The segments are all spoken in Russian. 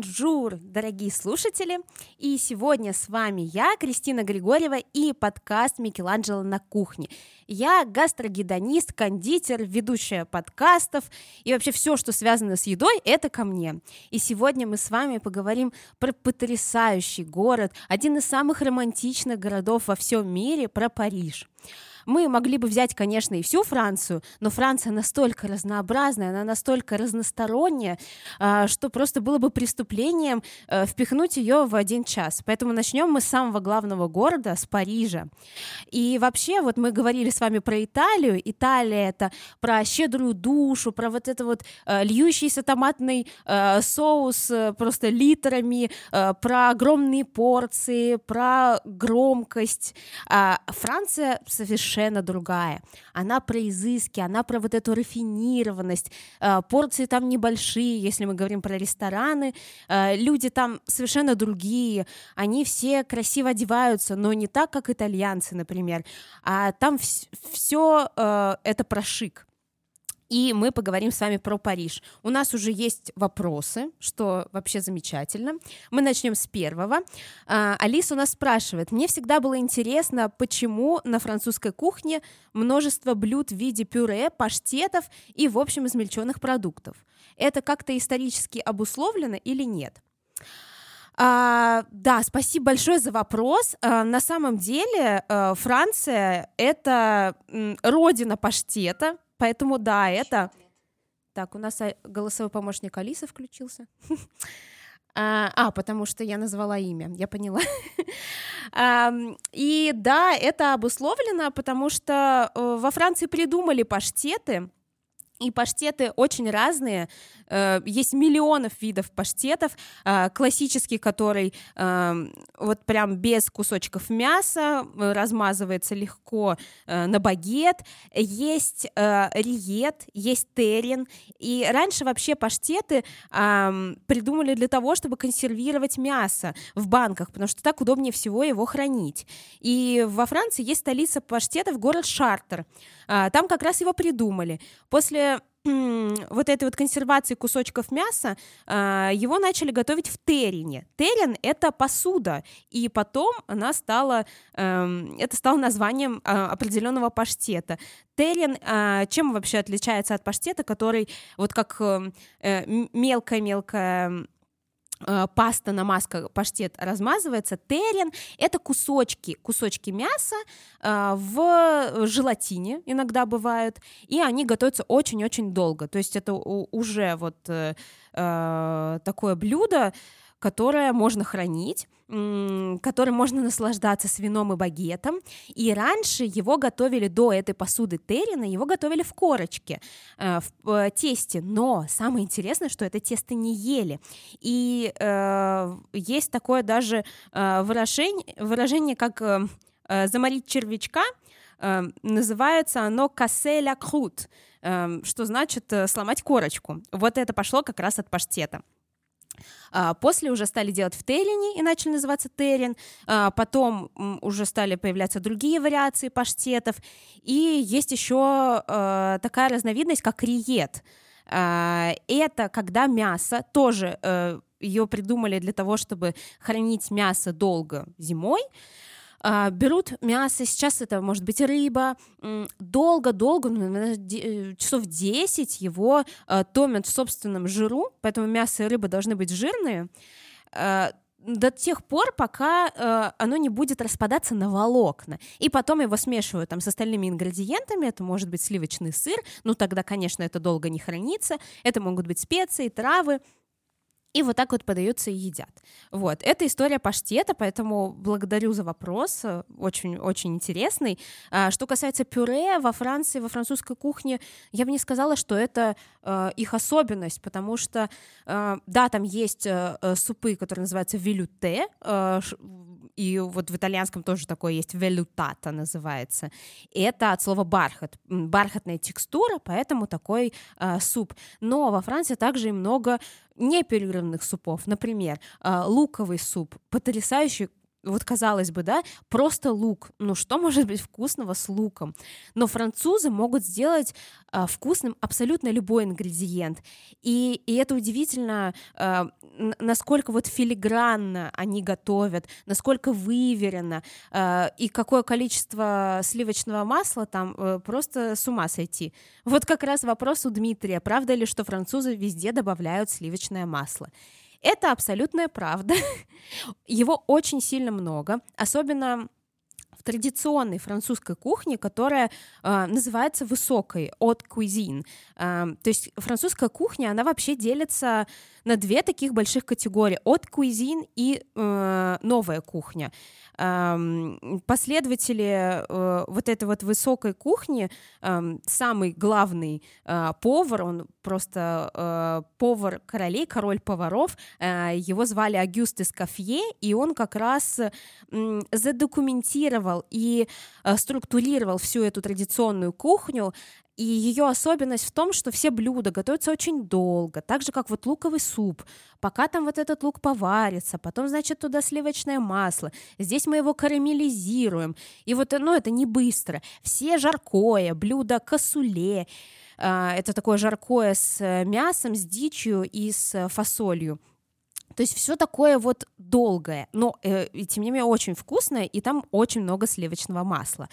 Бонжур, дорогие слушатели! И сегодня с вами я, Кристина Григорьева, и подкаст «Микеланджело на кухне». Я гастрогедонист, кондитер, ведущая подкастов, и вообще все, что связано с едой, это ко мне. И сегодня мы с вами поговорим про потрясающий город, один из самых романтичных городов во всем мире, про Париж. Мы могли бы взять, конечно, и всю Францию, но Франция настолько разнообразная, она настолько разносторонняя, что просто было бы преступлением впихнуть ее в один час. Поэтому начнем мы с самого главного города, с Парижа. И вообще, вот мы говорили с вами про Италию. Италия — это про щедрую душу, про вот это вот льющийся томатный соус просто литрами, про огромные порции, про громкость. Франция совершенно другая. Она про изыски, она про вот эту рафинированность. Порции там небольшие, если мы говорим про рестораны. Люди там совершенно другие. Они все красиво одеваются, но не так, как итальянцы, например. А там все это про шик. И мы поговорим с вами про Париж. У нас уже есть вопросы, что вообще замечательно. Мы начнем с первого. Алиса у нас спрашивает: мне всегда было интересно, почему на французской кухне множество блюд в виде пюре, паштетов и, в общем, измельченных продуктов. Это как-то исторически обусловлено или нет? Да, спасибо большое за вопрос. На самом деле Франция — это родина паштета. Поэтому да, это... Так, у нас голосовой помощник Алисы включился. Потому что я назвала имя, я поняла. И да, это обусловлено, потому что во Франции придумали паштеты, и паштеты очень разные. Есть миллионов видов паштетов. Классический, который вот прям без кусочков мяса, размазывается легко на багет. Есть риет, есть террин. И раньше вообще паштеты придумали для того, чтобы консервировать мясо в банках, потому что так удобнее всего его хранить. И во Франции есть столица паштетов, город Шартер. Там как раз его придумали. После вот этой вот консервации кусочков мяса его начали готовить в террине. Террин — это посуда, и потом это стало названием определенного паштета. Террин чем вообще отличается от паштета, который вот как мелкая-мелкая паста, намазка, паштет размазывается? Террин — это кусочки мяса в желатине иногда бывают, и они готовятся очень-очень долго. То есть это уже вот такое блюдо, которое можно хранить, которым можно наслаждаться с вином и багетом. И раньше его готовили до этой посуды террина, его готовили в корочке, в тесте. Но самое интересное, что это тесто не ели. И есть такое даже выражение как заморить червячка. Называется оно «casser la croûte», что значит сломать корочку. Вот это пошло как раз от паштета. После уже стали делать в террине и начали называться террин. Потом уже стали появляться другие вариации паштетов. И есть еще такая разновидность, как риет. Это когда мясо, тоже ее придумали для того, чтобы хранить мясо долго зимой. Берут мясо, сейчас это может быть рыба, долго-долго, часов 10 его томят в собственном жиру, поэтому мясо и рыба должны быть жирные, до тех пор, пока оно не будет распадаться на волокна. И потом его смешивают там с остальными ингредиентами, это может быть сливочный сыр, тогда, конечно, это долго не хранится, это могут быть специи, травы. И вот так вот подаются и едят. Вот. Это история паштета, поэтому благодарю за вопрос, очень-очень интересный. Что касается пюре, во Франции, во французской кухне, я бы не сказала, что это их особенность, потому что, да, там есть супы, которые называются велюте, и вот в итальянском тоже такое есть, велютата называется. И это от слова бархат, бархатная текстура, поэтому такой суп. Но во Франции также и много неперерывных супов. Например, луковый суп, потрясающий, вот казалось бы, да, просто лук. Ну что может быть вкусного с луком? Но французы могут сделать вкусным абсолютно любой ингредиент. И это удивительно, насколько вот филигранно они готовят, насколько выверено, и какое количество сливочного масла там, просто с ума сойти. Вот как раз вопрос у Дмитрия, правда ли, что французы везде добавляют сливочное масло? Это абсолютная правда. Его очень сильно много, особенно в традиционной французской кухне, которая называется высокой, haute cuisine. То есть французская кухня, она вообще делится на две таких больших категории: haute cuisine и новая кухня. Последователи вот этой вот высокой кухни, самый главный повар, он просто повар королей, король поваров, его звали Агюст Эскофье, и он как раз задокументировал и структурировал всю эту традиционную кухню. И ее особенность в том, что все блюда готовятся очень долго, так же, как вот луковый суп. Пока там вот этот лук поварится, потом, значит, туда сливочное масло. Здесь мы его карамелизируем. И вот, ну, это не быстро. Все жаркое, блюдо кассуле. Это такое жаркое с мясом, с дичью и с фасолью. То есть все такое вот долгое, но тем не менее очень вкусное, и там очень много сливочного масла.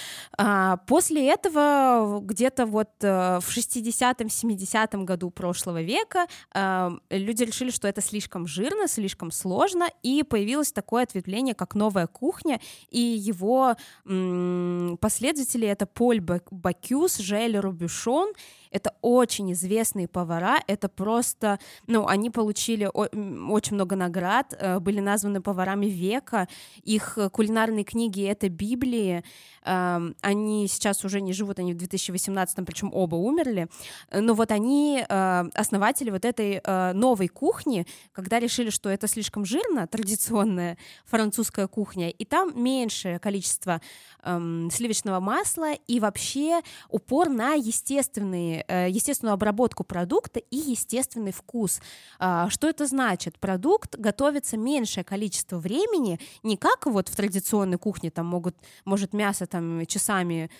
После этого где-то вот в 60-м, 70-м году прошлого века люди решили, что это слишком жирно, слишком сложно, и появилось такое ответвление, как новая кухня, и его последователи — это Поль Бакюс, Жиль Робюшон. Это очень известные повара, это просто, ну, они получили очень много наград, были названы поварами века, их кулинарные книги — это Библии, они сейчас уже не живут, они в 2018-м, причем оба умерли, но вот они основатели вот этой новой кухни, когда решили, что это слишком жирно, традиционная французская кухня, и там меньшее количество сливочного масла и вообще упор на естественную обработку продукта и естественный вкус. Что это значит? Продукт готовится меньшее количество времени, не как вот в традиционной кухне, там может мясо там часами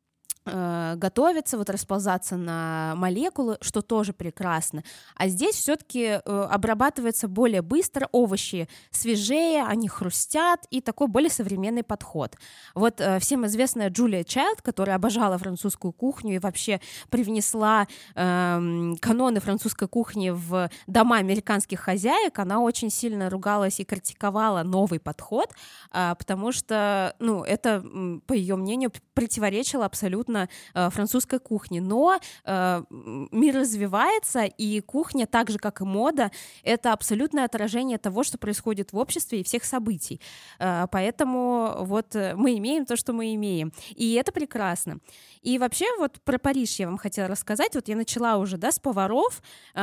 готовиться, вот расползаться на молекулы, что тоже прекрасно. А здесь все-таки обрабатывается более быстро, овощи свежее, они хрустят, и такой более современный подход. Вот всем известная Джулия Чайлд, которая обожала французскую кухню и вообще привнесла каноны французской кухни в дома американских хозяек, она очень сильно ругалась и критиковала новый подход, потому что, ну, это, по ее мнению, противоречило абсолютно французской кухне. Но мир развивается, и кухня, так же, как и мода, это абсолютное отражение того, что происходит в обществе и всех событий. Поэтому вот мы имеем то, что мы имеем. И это прекрасно. И вообще вот про Париж я вам хотела рассказать. Вот я начала уже, да, с поваров,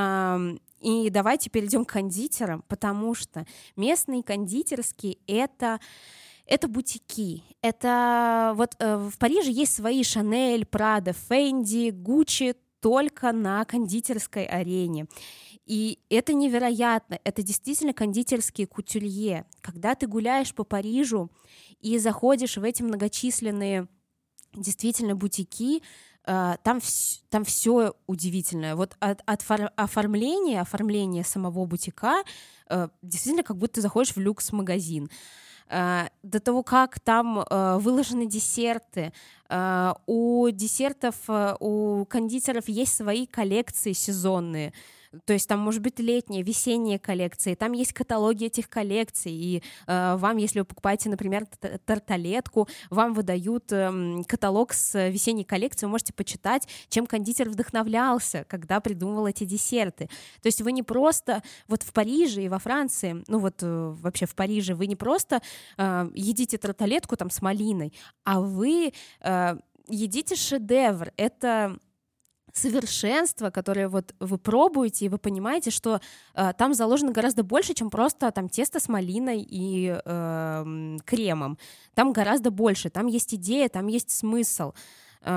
и давайте перейдем к кондитерам, потому что местные кондитерские — это бутики. Это вот в Париже есть свои Шанель, Прада, Фенди, Гуччи только на кондитерской арене. И это невероятно. Это действительно кондитерские кутюрье. Когда ты гуляешь по Парижу и заходишь в эти многочисленные действительно бутики, там все удивительное. Вот от оформления самого бутика действительно как будто ты заходишь в люкс-магазин. До того, как там выложены десерты. У десертов, у кондитеров есть свои коллекции сезонные. То есть там может быть летняя, весенняя коллекция, там есть каталоги этих коллекций, и вам, если вы покупаете, например, тарталетку, вам выдают каталог с весенней коллекцией, вы можете почитать, чем кондитер вдохновлялся, когда придумывал эти десерты. То есть вы не просто вот в Париже и во Франции, ну вот вообще в Париже, вы не просто едите тарталетку там с малиной, а вы едите шедевр. Это совершенство, которое вот вы пробуете, и вы понимаете, что там заложено гораздо больше, чем просто там тесто с малиной и кремом. Там гораздо больше, там есть идея, там есть смысл.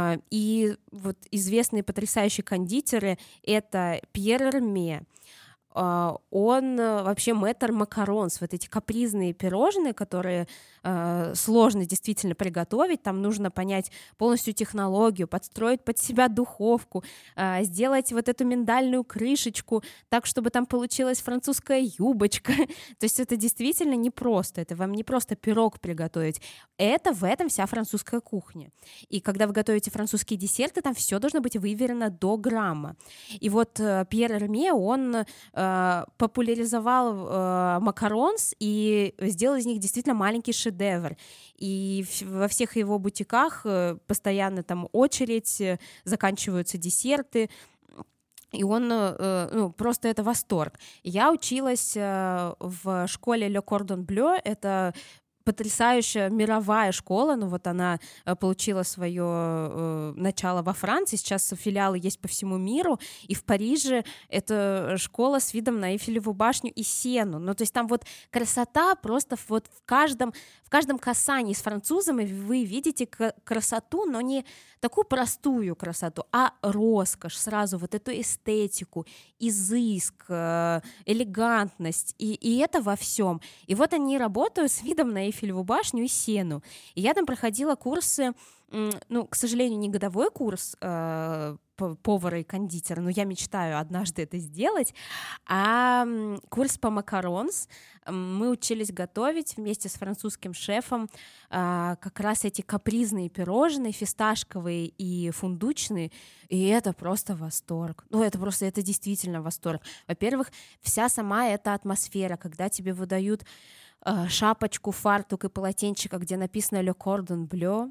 И вот известные потрясающие кондитеры — это Пьер Эрме, он вообще мэтр макаронс, вот эти капризные пирожные, которые сложно действительно приготовить, там нужно понять полностью технологию, подстроить под себя духовку, сделать вот эту миндальную крышечку так, чтобы там получилась французская юбочка. То есть это действительно непросто, это вам не просто пирог приготовить, это в этом вся французская кухня. И когда вы готовите французские десерты, там все должно быть выверено до грамма. И вот Пьер Эрме, он популяризовал макаронс и сделал из них действительно маленький шедевр. И во всех его бутиках постоянно там очередь, заканчиваются десерты, и он, просто это восторг. Я училась в школе Le Cordon Bleu, это потрясающая мировая школа, ну вот она получила свое начало во Франции, сейчас филиалы есть по всему миру, и в Париже это школа с видом на Эйфелеву башню и Сену, ну то есть там вот красота просто вот в каждом касании с французами вы видите красоту, но не такую простую красоту, а роскошь, сразу вот эту эстетику, изыск, элегантность, и это во всем. И вот они работают с видом на Эйфелеву башню и Сену. И я там проходила курсы, к сожалению, не годовой курс повара и кондитера, но я мечтаю однажды это сделать, а курс по макаронс. Мы учились готовить вместе с французским шефом как раз эти капризные пирожные, фисташковые и фундучные, и это просто восторг. Это действительно восторг. Во-первых, вся сама эта атмосфера, когда тебе выдают шапочку, фартук и полотенчика, где написано «Le Cordon Bleu»,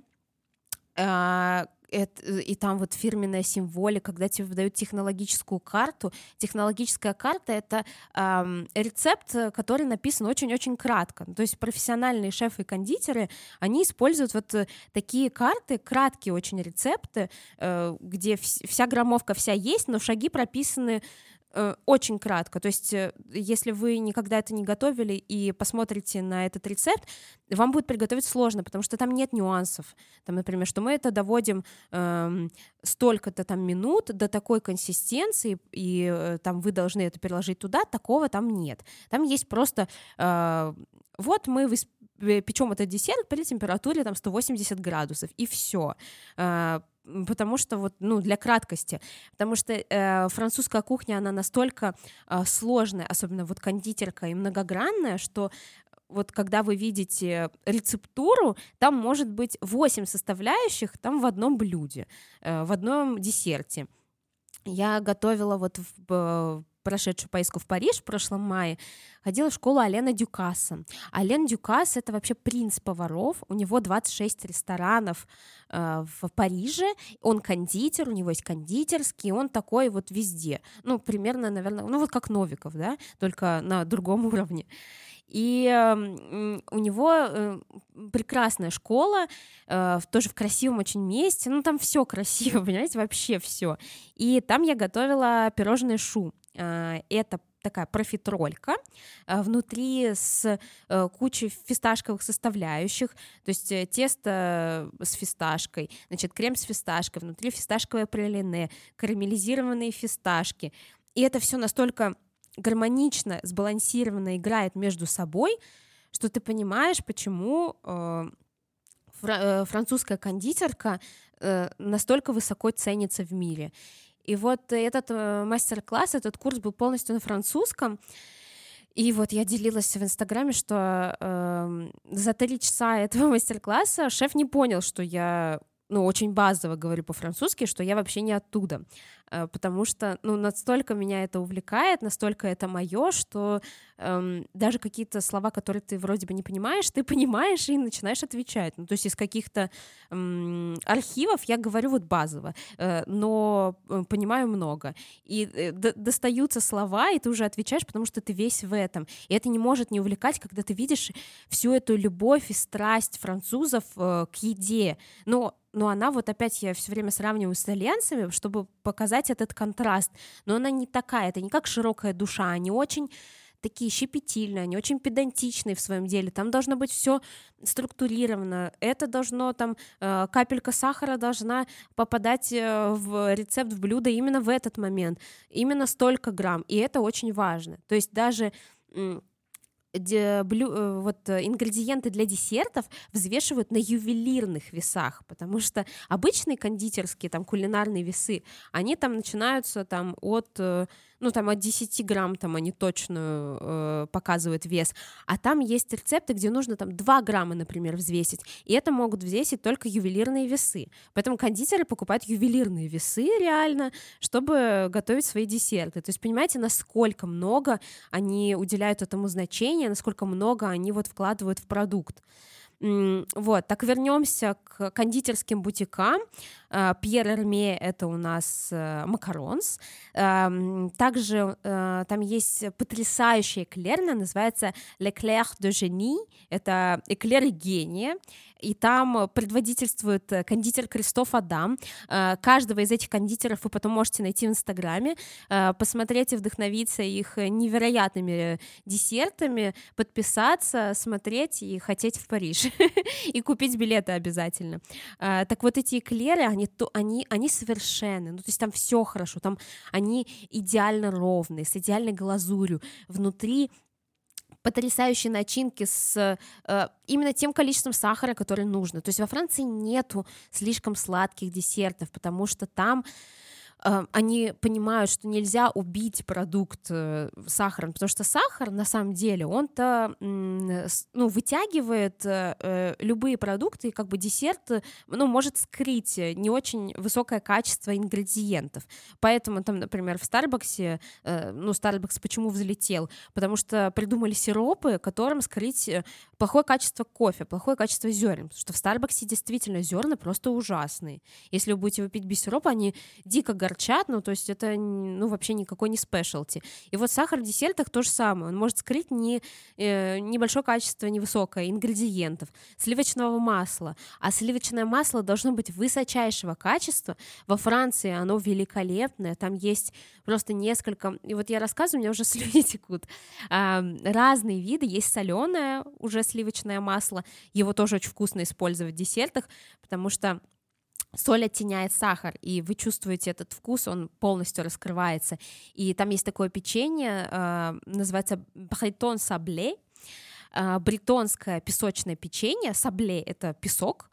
и там вот фирменная символика, когда тебе выдают технологическую карту. Технологическая карта — это рецепт, который написан очень-очень кратко. То есть профессиональные шефы и кондитеры, они используют вот такие карты, краткие очень рецепты, где вся граммовка вся есть, но шаги прописаны очень кратко. То есть если вы никогда это не готовили и посмотрите на этот рецепт, вам будет приготовить сложно, потому что там нет нюансов. Там, например, что мы это доводим столько-то там минут до такой консистенции, и там вы должны это переложить туда, такого там нет. Там есть просто вот мы печем этот десерт при температуре там 180 градусов, и все. Потому что для краткости, потому что французская кухня, она настолько сложная, особенно вот кондитерка и многогранная, что вот когда вы видите рецептуру, там может быть 8 составляющих там в одном блюде, в одном десерте. Я готовила вот в прошедшую поездку в Париж в прошлом мае, ходила в школу Алена Дюкаса. Ален Дюкас — это вообще принц поваров, у него 26 ресторанов в Париже, он кондитер, у него есть кондитерский, он такой вот везде, примерно, наверное, вот как Новиков, да, только на другом уровне. И у него прекрасная школа, тоже в красивом очень месте, там все красиво, понимаете, вообще все. И там я готовила пирожное шу. Это такая профитролька, внутри с кучей фисташковых составляющих, то есть тесто с фисташкой, крем с фисташкой, внутри фисташковое пралине, карамелизированные фисташки. И это все настолько гармонично, сбалансированно играет между собой, что ты понимаешь, почему французская кондитерка настолько высоко ценится в мире. И вот этот мастер-класс, этот курс был полностью на французском. И вот я делилась в Инстаграме, что за 3 часа этого мастер-класса шеф не понял, что я очень базово говорю по-французски, что я вообще не оттуда, потому что настолько меня это увлекает, настолько это мое, что даже какие-то слова, которые ты вроде бы не понимаешь, ты понимаешь и начинаешь отвечать. То есть из каких-то архивов я говорю вот базово, но понимаю много. И достаются слова, и ты уже отвечаешь, потому что ты весь в этом. И это не может не увлекать, когда ты видишь всю эту любовь и страсть французов к еде. Но она вот опять, я все время сравниваю с итальянцами, чтобы показать этот контраст. Но она не такая, это не как широкая душа, они очень такие щепетильные, они очень педантичные в своем деле, там должно быть все структурировано, это должно там, капелька сахара должна попадать в рецепт, в блюдо именно в этот момент, именно столько грамм, и это очень важно. То есть даже ингредиенты для десертов взвешивают на ювелирных весах, потому что обычные кондитерские, там, кулинарные весы, они там начинаются там от 10 грамм, там они точно показывают вес, а там есть рецепты, где нужно там 2 грамма, например, взвесить, и это могут взвесить только ювелирные весы, поэтому кондитеры покупают ювелирные весы реально, чтобы готовить свои десерты. То есть понимаете, насколько много они уделяют этому значения, насколько много они вот вкладывают в продукт. Вот, так вернемся к кондитерским бутикам. Пьер Эрме — это у нас макаронс. Также там есть потрясающий эклер, называется «L'éclair de génie», это эклер гения, и там предводительствует кондитер Кристоф Адам. Каждого из этих кондитеров вы потом можете найти в Инстаграме, посмотреть и вдохновиться их невероятными десертами, подписаться, смотреть и хотеть в Париж. И купить билеты обязательно. Так вот эти эклеры, они совершенны, ну то есть там все хорошо, там они идеально ровные, с идеальной глазурью, внутри потрясающие начинки с именно тем количеством сахара, которое нужно. То есть во Франции нету слишком сладких десертов, потому что там они понимают, что нельзя убить продукт сахаром, потому что сахар, на самом деле, он-то вытягивает любые продукты, и как бы десерт может скрыть не очень высокое качество ингредиентов. Поэтому там, например, в Старбаксе, Starbucks почему взлетел? Потому что придумали сиропы, которым скрыть плохое качество кофе, плохое качество зерен, потому что в Старбаксе действительно зерна просто ужасные. Если вы будете выпить без сиропа, они дико горчат, то есть это вообще никакой не спешлти. И вот сахар в десертах то же самое, он может скрыть небольшое качество, невысокое ингредиентов, сливочного масла, а сливочное масло должно быть высочайшего качества. Во Франции оно великолепное, там есть просто несколько, и вот я рассказываю, у меня уже слюни текут, разные виды, есть соленое уже сливочное масло, его тоже очень вкусно использовать в десертах, потому что соль оттеняет сахар, и вы чувствуете этот вкус, он полностью раскрывается. И там есть такое печенье, называется бретон сабле, бретонское песочное печенье, сабле — это песок,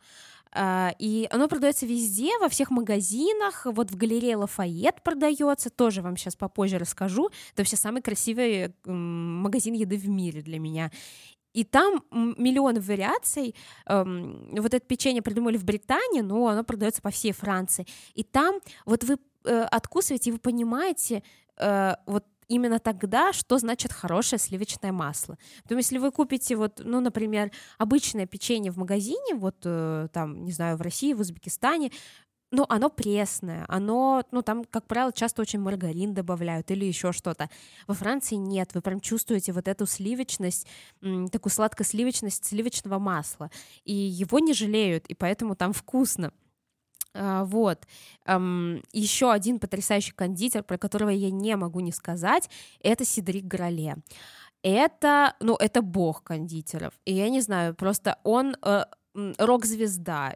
и оно продается везде, во всех магазинах, вот в галерее Лафайет продается, тоже вам сейчас попозже расскажу, это вообще самый красивый магазин еды в мире для меня. И там миллион вариаций. Вот это печенье придумали в Британии, но оно продается по всей Франции. И там вот вы откусываете, и вы понимаете вот именно тогда, что значит хорошее сливочное масло. Потому если вы купите, например, обычное печенье в магазине, там, не знаю, в России, в Узбекистане, оно пресное, там, как правило, часто очень маргарин добавляют или еще что-то. Во Франции нет, вы прям чувствуете вот эту сливочность, такую сладко-сливочность сливочного масла, и его не жалеют, и поэтому там вкусно. Вот. Еще один потрясающий кондитер, про которого я не могу не сказать, это Седрик Гроле. Это бог кондитеров, и я не знаю, просто он рок-звезда,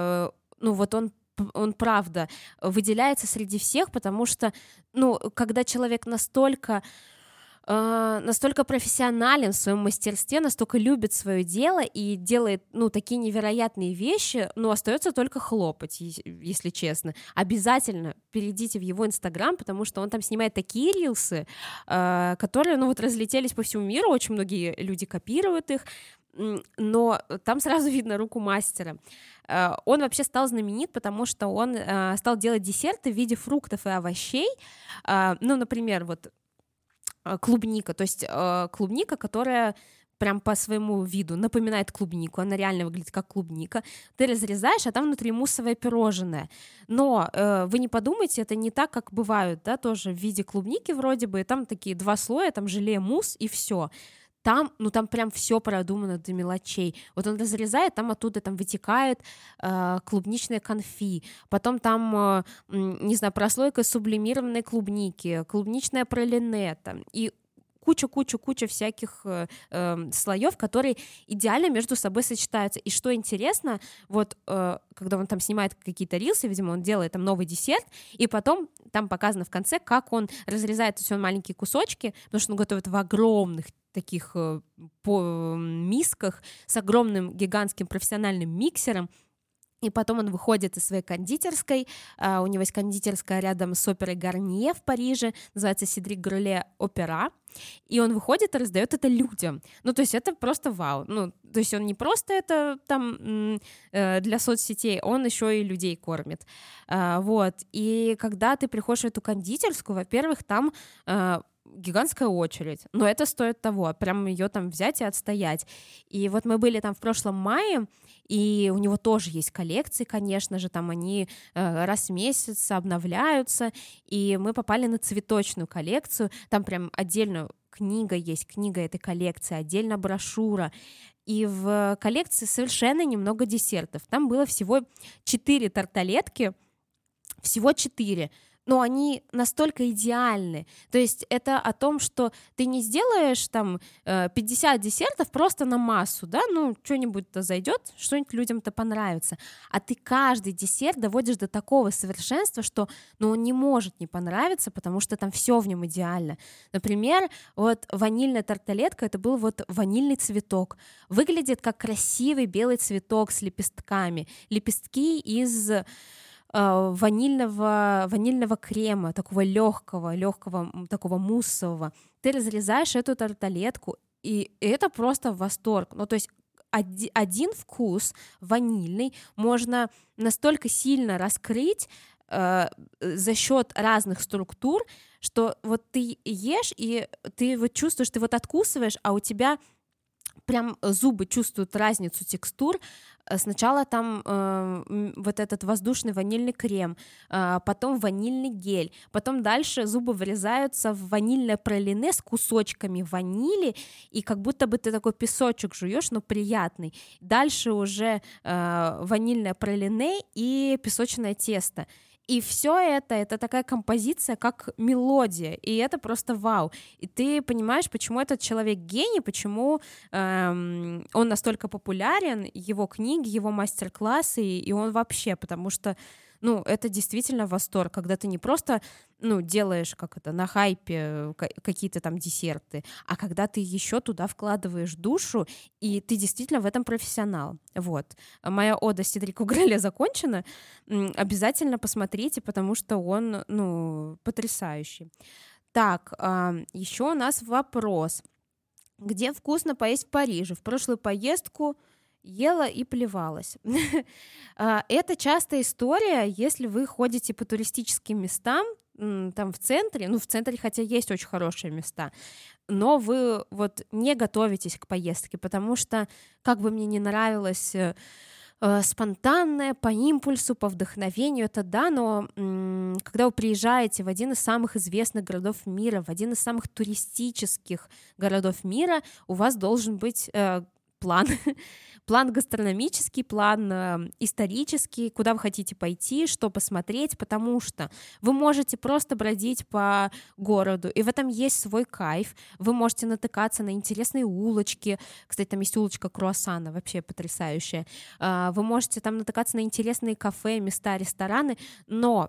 он правда выделяется среди всех, потому что, когда человек настолько профессионален в своем мастерстве, настолько любит свое дело и делает, такие невероятные вещи, остается только хлопать, если честно. Обязательно перейдите в его Инстаграм, потому что он там снимает такие рилсы, которые, разлетелись по всему миру, очень многие люди копируют их, но там сразу видно руку мастера. Он вообще стал знаменит, потому что он стал делать десерты в виде фруктов и овощей, например, клубника, то есть клубника, которая прям по своему виду напоминает клубнику, она реально выглядит как клубника. Ты разрезаешь, а там внутри муссовое пирожное. Но вы не подумайте, это не так, как бывают, да, тоже в виде клубники вроде бы, и там такие 2 слоя, там желе, мусс и все. Там прям все продумано до мелочей. Вот он разрезает, там оттуда там вытекает клубничное конфи, потом там, не знаю, прослойка сублимированной клубники, клубничное пралине там, и куча всяких слоев, которые идеально между собой сочетаются. И что интересно, вот когда он там снимает какие-то рилсы, видимо, он делает там новый десерт, и потом там показано в конце, как он разрезает все на маленькие кусочки, потому что он готовит в огромных таких мисках с огромным гигантским профессиональным миксером. И потом он выходит из своей кондитерской, у него есть кондитерская рядом с оперой Гарнье в Париже, называется Седрик Грюле Опера, и он выходит и раздает это людям. Ну, то есть это просто вау. Ну, то есть он не просто это там для соцсетей, он еще и людей кормит. Вот. И когда ты приходишь в эту кондитерскую, во-первых, там гигантская очередь, но это стоит того, прям ее там взять и отстоять. И вот мы были там в прошлом мае, и у него тоже есть коллекции, конечно же, там они раз в месяц обновляются, и мы попали на цветочную коллекцию, там прям отдельно книга есть, книга этой коллекции, отдельно брошюра, и в коллекции совершенно немного десертов. Там было всего 4 тарталетки, всего 4, но они настолько идеальны. То есть это о том, что ты не сделаешь там 50 десертов просто на массу, да, ну, что-нибудь-то зайдет, что-нибудь людям-то понравится, а ты каждый десерт доводишь до такого совершенства, что, ну, он не может не понравиться, потому что там все в нем идеально. Например, вот ванильная тарталетка, это был вот ванильный цветок, выглядит как красивый белый цветок с лепестками, лепестки из ванильного крема, такого легкого, такого муссового. Ты разрезаешь эту тарталетку, и это просто восторг. Ну, то есть один вкус ванильный можно настолько сильно раскрыть за счет разных структур, что вот ты ешь, и ты вот чувствуешь, ты вот откусываешь, а у тебя прям зубы чувствуют разницу текстур. Сначала там вот этот воздушный ванильный крем, потом ванильный гель, потом дальше зубы врезаются в ванильное пралине с кусочками ванили, и как будто бы ты такой песочек жуешь, но приятный. Дальше уже ванильное пралине и песочное тесто. И все это такая композиция, как мелодия, и это просто вау. И ты понимаешь, почему этот человек гений, почему он настолько популярен, его книги, его мастер-классы, и он вообще, потому что, ну, это действительно восторг, когда ты не просто, ну, делаешь, как это, на хайпе какие-то там десерты, а когда ты еще туда вкладываешь душу, и ты действительно в этом профессионал. Вот. Моя ода Седрику Грюле закончена. Обязательно посмотрите, потому что он, ну, потрясающий. Так, еще у нас вопрос. Где вкусно поесть в Париже? В прошлую поездку ела и плевалась. Это частая история, если вы ходите по туристическим местам, там в центре, ну в центре хотя есть очень хорошие места, но вы вот не готовитесь к поездке, потому что, как бы мне ни нравилось спонтанное, по импульсу, по вдохновению, это да, но когда вы приезжаете в один из самых известных городов мира, в один из самых туристических городов мира, у вас должен быть план, план гастрономический, план исторический, куда вы хотите пойти, что посмотреть, потому что вы можете просто бродить по городу, и в этом есть свой кайф, вы можете натыкаться на интересные улочки, кстати, там есть улочка Круассана, вообще потрясающая, вы можете там натыкаться на интересные кафе, места, рестораны, но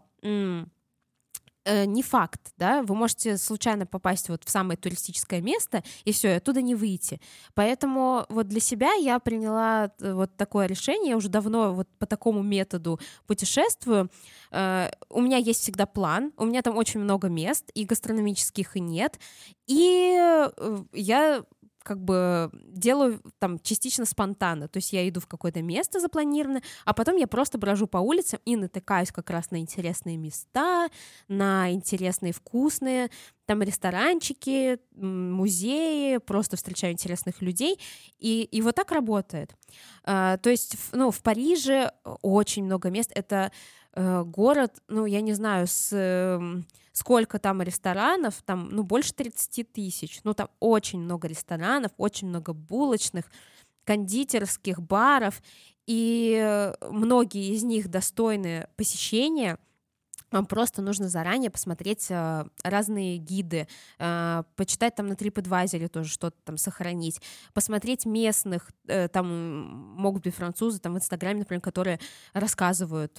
не факт, да, вы можете случайно попасть вот в самое туристическое место, и все, и оттуда не выйти. Поэтому вот для себя я приняла вот такое решение, я уже давно вот по такому методу путешествую. У меня есть всегда план, у меня там очень много мест, и гастрономических, и нет, и я как бы делаю там частично спонтанно, то есть я иду в какое-то место запланированное, а потом я просто брожу по улицам и натыкаюсь как раз на интересные места, на интересные вкусные там ресторанчики, музеи, просто встречаю интересных людей, и вот так работает. То есть, ну, в Париже очень много мест, это город, ну, я не знаю, сколько там ресторанов, там, ну, больше 30 тысяч, ну, там очень много ресторанов, очень много булочных, кондитерских, баров, и многие из них достойны посещения. Вам просто нужно заранее посмотреть разные гиды, почитать там на TripAdvisor тоже что-то там сохранить, посмотреть местных, там могут быть французы там в Инстаграме, например, которые рассказывают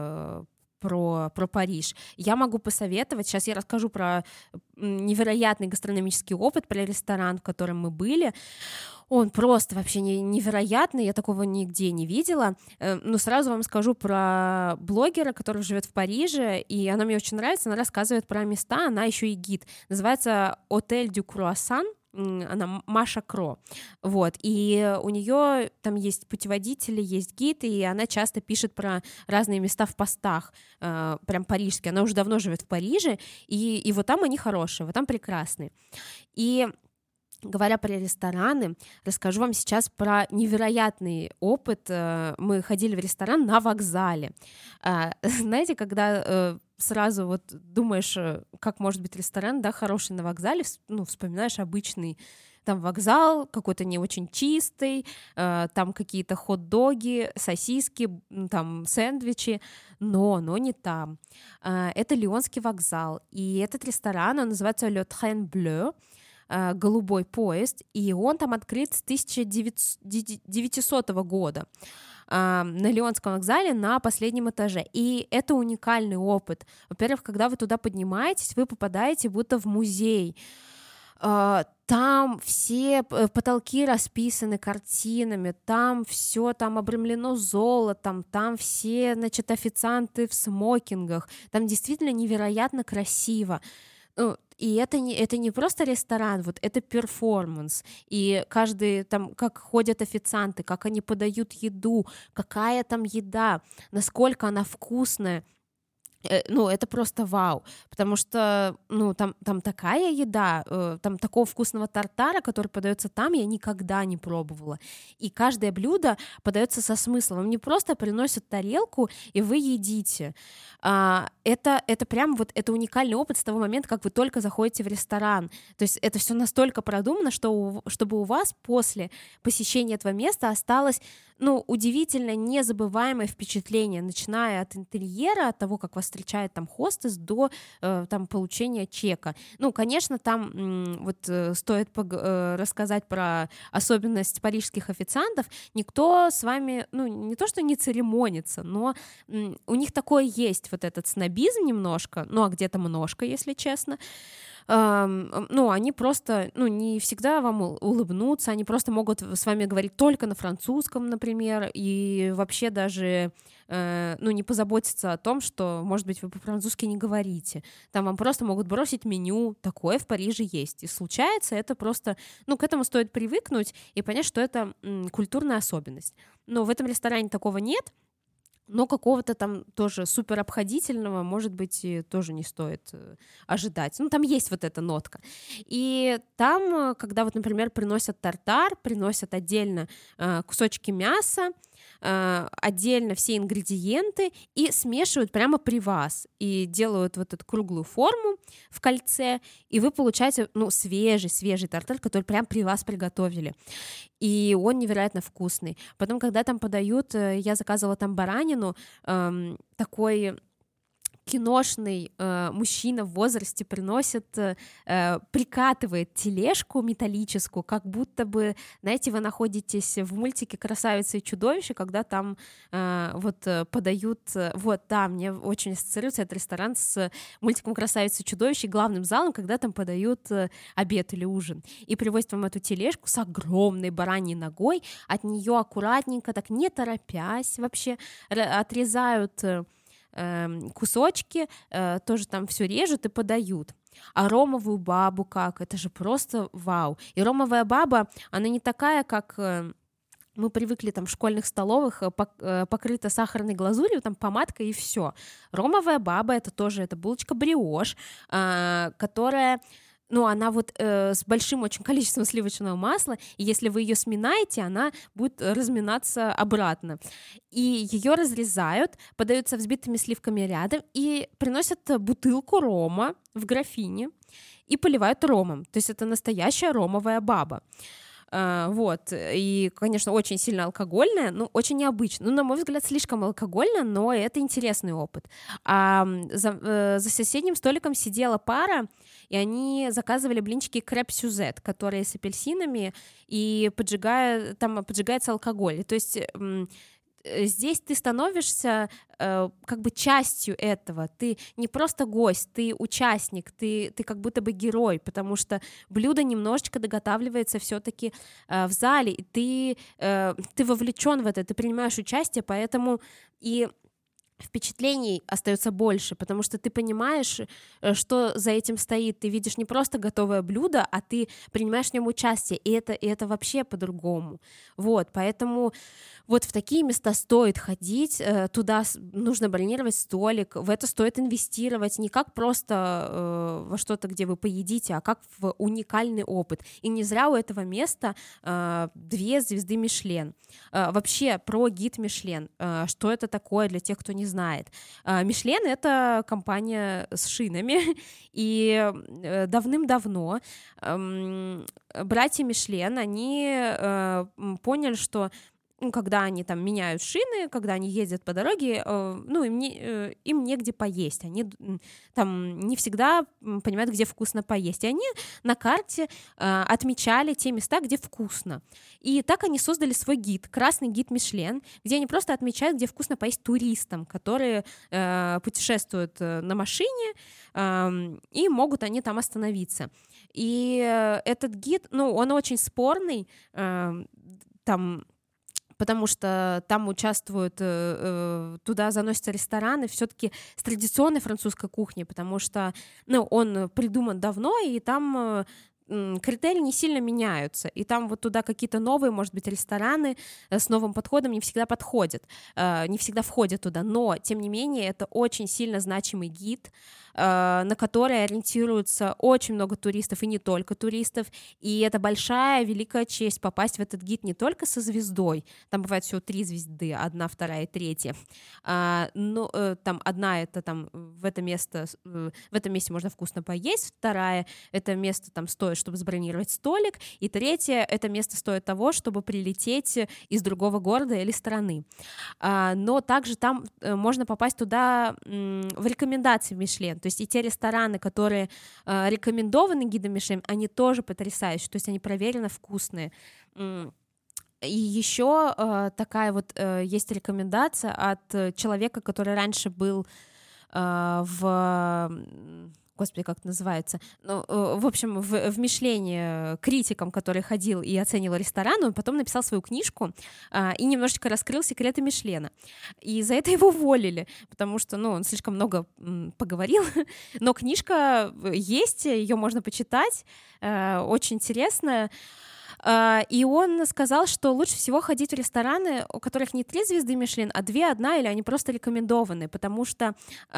про Париж. Я могу посоветовать, сейчас я расскажу про невероятный гастрономический опыт, про ресторан, в котором мы были. Он просто вообще невероятный, я такого нигде не видела. Но сразу вам скажу про блогера, который живет в Париже, и она мне очень нравится, она рассказывает про места, она еще и гид. Называется «Отель дю Круассан», она Маша Кро, вот, и у нее там есть путеводители, есть гид, и она часто пишет про разные места в постах, прям парижские, она уже давно живет в Париже, и вот там они хорошие, вот там прекрасные, и говоря про рестораны, расскажу вам сейчас про невероятный опыт. Мы ходили в ресторан на вокзале. Знаете, когда сразу вот думаешь, как может быть ресторан, да, хороший на вокзале, ну, вспоминаешь обычный там вокзал, какой-то не очень чистый, там какие-то хот-доги, сосиски, там сэндвичи, но не там. Это Лионский вокзал, и этот ресторан, он называется Le Train Bleu, голубой поезд, и он там открыт с 1900 года на Лионском вокзале на последнем этаже. И это уникальный опыт. Во-первых, когда вы туда поднимаетесь, вы попадаете будто в музей. Там все потолки расписаны картинами, там все там обрамлено золотом, там все, значит, официанты в смокингах, там действительно невероятно красиво. И это не просто ресторан, вот это перформанс, и каждый там, как ходят официанты, как они подают еду, какая там еда, насколько она вкусная, ну, это просто вау, потому что, ну, там такая еда, там такого вкусного тартара, который подается там, я никогда не пробовала, и каждое блюдо подается со смыслом, вам не просто приносят тарелку, и вы едите, это прям вот, это уникальный опыт с того момента, как вы только заходите в ресторан, то есть это все настолько продумано, чтобы у вас после посещения этого места осталось, ну, удивительно незабываемое впечатление, начиная от интерьера, от того, как вас встречает там хостес, до там получения чека. Ну, конечно, там стоит рассказать про особенность парижских официантов. Никто с вами, ну, не то, что не церемонится, но у них такое есть, вот этот снобизм немножко, ну, а где-то множко, если честно. Ну, они просто, ну, не всегда вам улыбнутся, они просто могут с вами говорить только на французском, например, и вообще даже, ну, не позаботиться о том, что, может быть, вы по-французски не говорите. Там вам просто могут бросить меню, такое в Париже есть. И случается это просто, ну, к этому стоит привыкнуть и понять, что это культурная особенность. Но в этом ресторане такого нет, но какого-то там тоже супер обходительного, может быть, и тоже не стоит ожидать. Ну, там есть вот эта нотка. И там, когда вот, например, приносят тартар, приносят отдельно кусочки мяса, отдельно все ингредиенты и смешивают прямо при вас. И делают вот эту круглую форму в кольце, и вы получаете, ну, свежий тартар, который прямо при вас приготовили. И он невероятно вкусный. Потом, когда там подают, я заказывала там баранину, такой киношный мужчина в возрасте приносит, прикатывает тележку металлическую, как будто бы, знаете, вы находитесь в мультике «Красавица и чудовище», когда там вот подают, вот, да, мне очень ассоциируется этот ресторан с мультиком «Красавица и чудовище», главным залом, когда там подают обед или ужин, и привозят вам эту тележку с огромной бараньей ногой, от нее аккуратненько, так не торопясь вообще, отрезают кусочки, тоже там все режут и подают. А ромовую бабу как? Это же просто вау. И ромовая баба, она не такая, как мы привыкли там в школьных столовых, покрыта сахарной глазурью, там помадка и все. Ромовая баба — это тоже это булочка бриош, которая... Ну, она вот с большим очень количеством сливочного масла, и если вы ее сминаете, она будет разминаться обратно. И ее разрезают, подают со взбитыми сливками рядом и приносят бутылку рома в графине и поливают ромом. То есть это настоящая ромовая баба. Вот, и, конечно, очень сильно алкогольная, ну, очень необычно. Ну, на мой взгляд, слишком алкогольно, но это интересный опыт. За соседним столиком сидела пара, и они заказывали блинчики креп-сюзет, которые с апельсинами, и там поджигается алкоголь. То есть здесь ты становишься как бы частью этого. Ты не просто гость, ты участник, ты как будто бы герой, потому что блюдо немножечко доготавливается все-таки в зале, и ты вовлечен в это, ты принимаешь участие, поэтому и впечатлений остается больше, потому что ты понимаешь, что за этим стоит. Ты видишь не просто готовое блюдо, а ты принимаешь в нем участие, и это вообще по-другому. Вот, поэтому вот в такие места стоит ходить, туда нужно бронировать столик, в это стоит инвестировать не как просто во что-то, где вы поедите, а как в уникальный опыт. И не зря у этого места 2 звезды Мишлен. Вообще про гид Мишлен, что это такое для тех, кто не знает. Мишлен — это компания с шинами, и давным-давно братья Мишлен, они поняли, что когда они там меняют шины, когда они ездят по дороге, им негде поесть, они там не всегда понимают, где вкусно поесть, и они на карте отмечали те места, где вкусно. И так они создали свой гид, красный гид Мишлен, где они просто отмечают, где вкусно поесть туристам, которые путешествуют на машине, и могут они там остановиться. И этот гид, он очень спорный, потому что там участвуют, туда заносятся рестораны все-таки с традиционной французской кухней, потому что он придуман давно, и там критерии не сильно меняются, и там вот туда какие-то новые, может быть, рестораны с новым подходом не всегда подходят, не всегда входят туда, но, тем не менее, это очень сильно значимый гид, на который ориентируются очень много туристов, и не только туристов, и это большая, великая честь попасть в этот гид не только со звездой, там бывает всего 3 звезды, 1, 2 и 3, но там одна — это там в этом месте можно вкусно поесть, 2 — это место там стоит, чтобы забронировать столик, и 3 — это место стоит того, чтобы прилететь из другого города или страны. Но также там можно попасть туда в рекомендации Мишлен, то есть и те рестораны, которые рекомендованы гидом Мишлен, они тоже потрясающие, то есть они проверенно вкусные. И еще такая вот есть рекомендация от человека, который раньше был Господи, как это называется? В общем, в Мишлене критиком, который ходил и оценивал ресторан, он потом написал свою книжку и немножечко раскрыл секреты Мишлена. И за это его уволили, потому что, он слишком много поговорил. Но книжка есть, ее можно почитать, очень интересная. И он сказал, что лучше всего ходить в рестораны, у которых не 3 звезды Мишлен, а 2, 1, или они просто рекомендованы, потому что,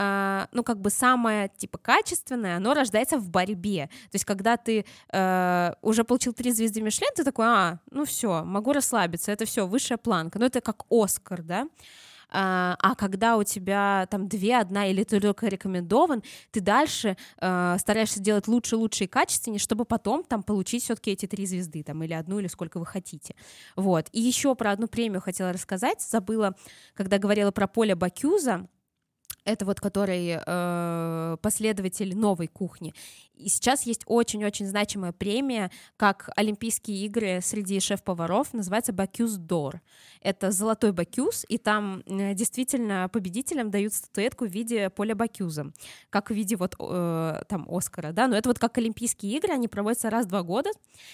самое, качественное, оно рождается в борьбе. То есть, когда ты уже получил 3 звезды Мишлен, ты такой, все, могу расслабиться, это все, высшая планка, это как Оскар, да? А когда у тебя там 2, 1 или ты только рекомендован, ты дальше стараешься делать лучше и качественнее, чтобы потом там получить все-таки эти 3 звезды, там, или 1, или сколько вы хотите. Вот. И еще про одну премию хотела рассказать, забыла, когда говорила про Поля Бакюза, это вот который последователь новой кухни. И сейчас есть очень-очень значимая премия, как Олимпийские игры среди шеф-поваров, называется Бакюз Д'Ор. Это золотой Бакюз, и там действительно победителям дают статуэтку в виде Поля Бакюза, как в виде там Оскара, да, но это вот как Олимпийские игры, они проводятся раз в 2 года,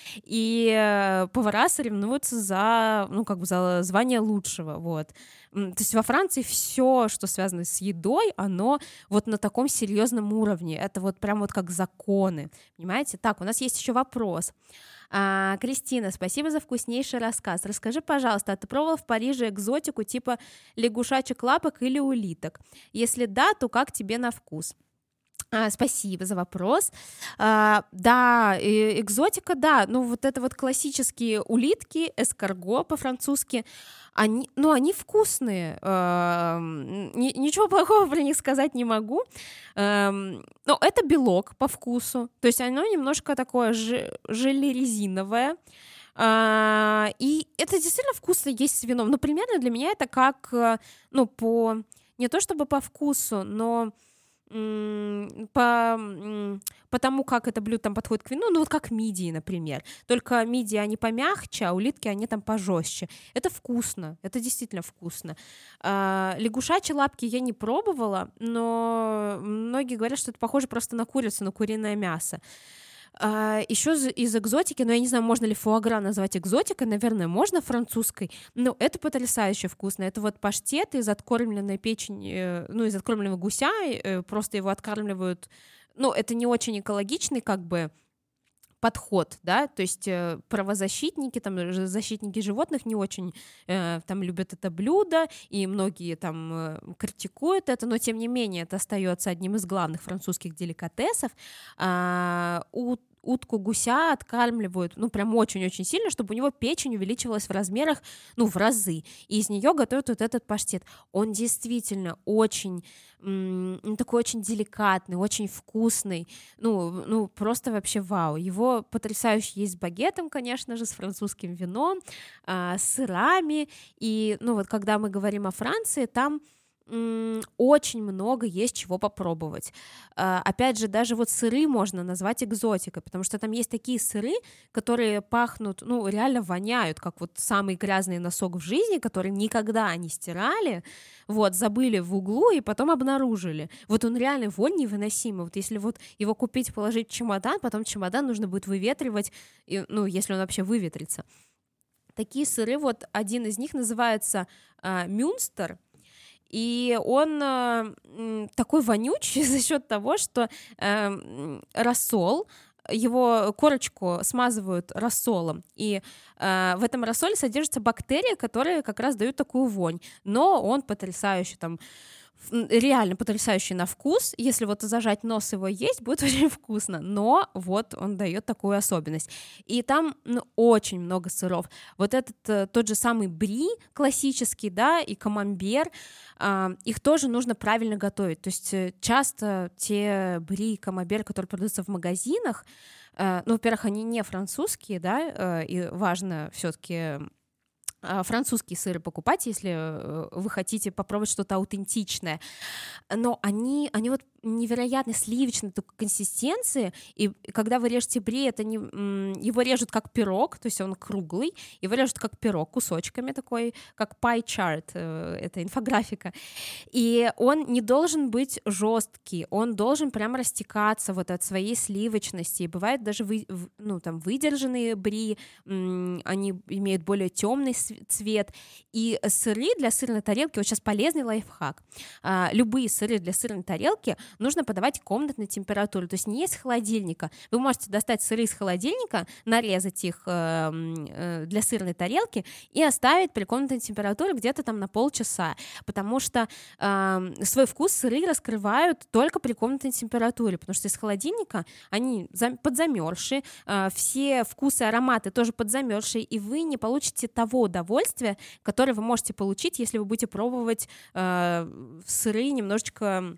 и повара соревнуются за звание лучшего, вот. То есть во Франции все, что связано с едой, оно вот на таком серьезном уровне, это вот прям вот как законы, понимаете? Так, у нас есть еще вопрос. Кристина, спасибо за вкуснейший рассказ. Расскажи, пожалуйста, а ты пробовала в Париже экзотику типа лягушачьих лапок или улиток? Если да, то как тебе на вкус? Спасибо за вопрос. Да, экзотика, да, вот это вот классические улитки, эскарго по-французски, они вкусные, ничего плохого про них сказать не могу, но это белок по вкусу, то есть оно немножко такое желе-резиновое, И это действительно вкусно есть с вином. Ну, примерно для меня это как, не то чтобы по вкусу, но по тому, как это блюдо там подходит к вину, ну вот как мидии, например. Только мидии, они помягче, а улитки, они там пожестче. Это вкусно, это действительно вкусно. Лягушачьи лапки я не пробовала, но многие говорят, что это похоже просто на курицу, на куриное мясо. Еще из экзотики, но я не знаю, можно ли фуагра назвать экзотикой, наверное, можно французской, но это потрясающе вкусно. Это вот паштет из откормленной печени, из откормленного гуся, просто его откармливают, это не очень экологичный как бы подход, да, то есть правозащитники, там, защитники животных не очень там любят это блюдо, и многие там критикуют это, но тем не менее это остается одним из главных французских деликатесов. Утку гуся откармливают, прям очень-очень сильно, чтобы у него печень увеличивалась в размерах, в разы, и из нее готовят вот этот паштет. Он действительно очень, такой очень деликатный, очень вкусный, просто вообще вау. Его потрясающе есть с багетом, конечно же, с французским вином, с сырами, и, когда мы говорим о Франции, там очень много есть чего попробовать. Опять же, даже вот сыры можно назвать экзотикой, потому что там есть такие сыры, которые пахнут, реально воняют, как вот самый грязный носок в жизни, который никогда не стирали, забыли в углу и потом обнаружили. Вот он реально вонь невыносимый. Вот если вот его купить, положить в чемодан, потом чемодан нужно будет выветривать, если он вообще выветрится. Такие сыры, вот один из них называется Мюнстер, и он такой вонючий за счет того, что рассол, его корочку смазывают рассолом, и в этом рассоле содержатся бактерии, которые как раз дают такую вонь, но он потрясающий там, реально потрясающий на вкус. Если вот зажать нос его есть, будет очень вкусно, но вот он дает такую особенность. И там очень много сыров. Вот этот тот же самый бри классический, да, и камамбер, их тоже нужно правильно готовить. То есть часто те бри и камамбер, которые продаются в магазинах, во-первых, они не французские, да, и важно все-таки французские сыры покупать, если вы хотите попробовать что-то аутентичное. Но они вот невероятно сливочной такой консистенции, и когда вы режете бри, его режут как пирог, то есть он круглый, его режут как пирог кусочками такой, как pie chart, это инфографика, и он не должен быть жесткий, он должен прям растекаться вот от своей сливочности, и бывает даже выдержанные бри, они имеют более темный цвет, и сыры для сырной тарелки, вот сейчас полезный лайфхак, любые сыры для сырной тарелки нужно подавать комнатной температуры, то есть не из холодильника. Вы можете достать сыры из холодильника, нарезать их для сырной тарелки и оставить при комнатной температуре где-то там на полчаса, потому что свой вкус сыры раскрывают только при комнатной температуре, потому что из холодильника они подзамерзшие, все вкусы, ароматы тоже подзамерзшие, и вы не получите того удовольствия, которое вы можете получить, если вы будете пробовать сыры немножечко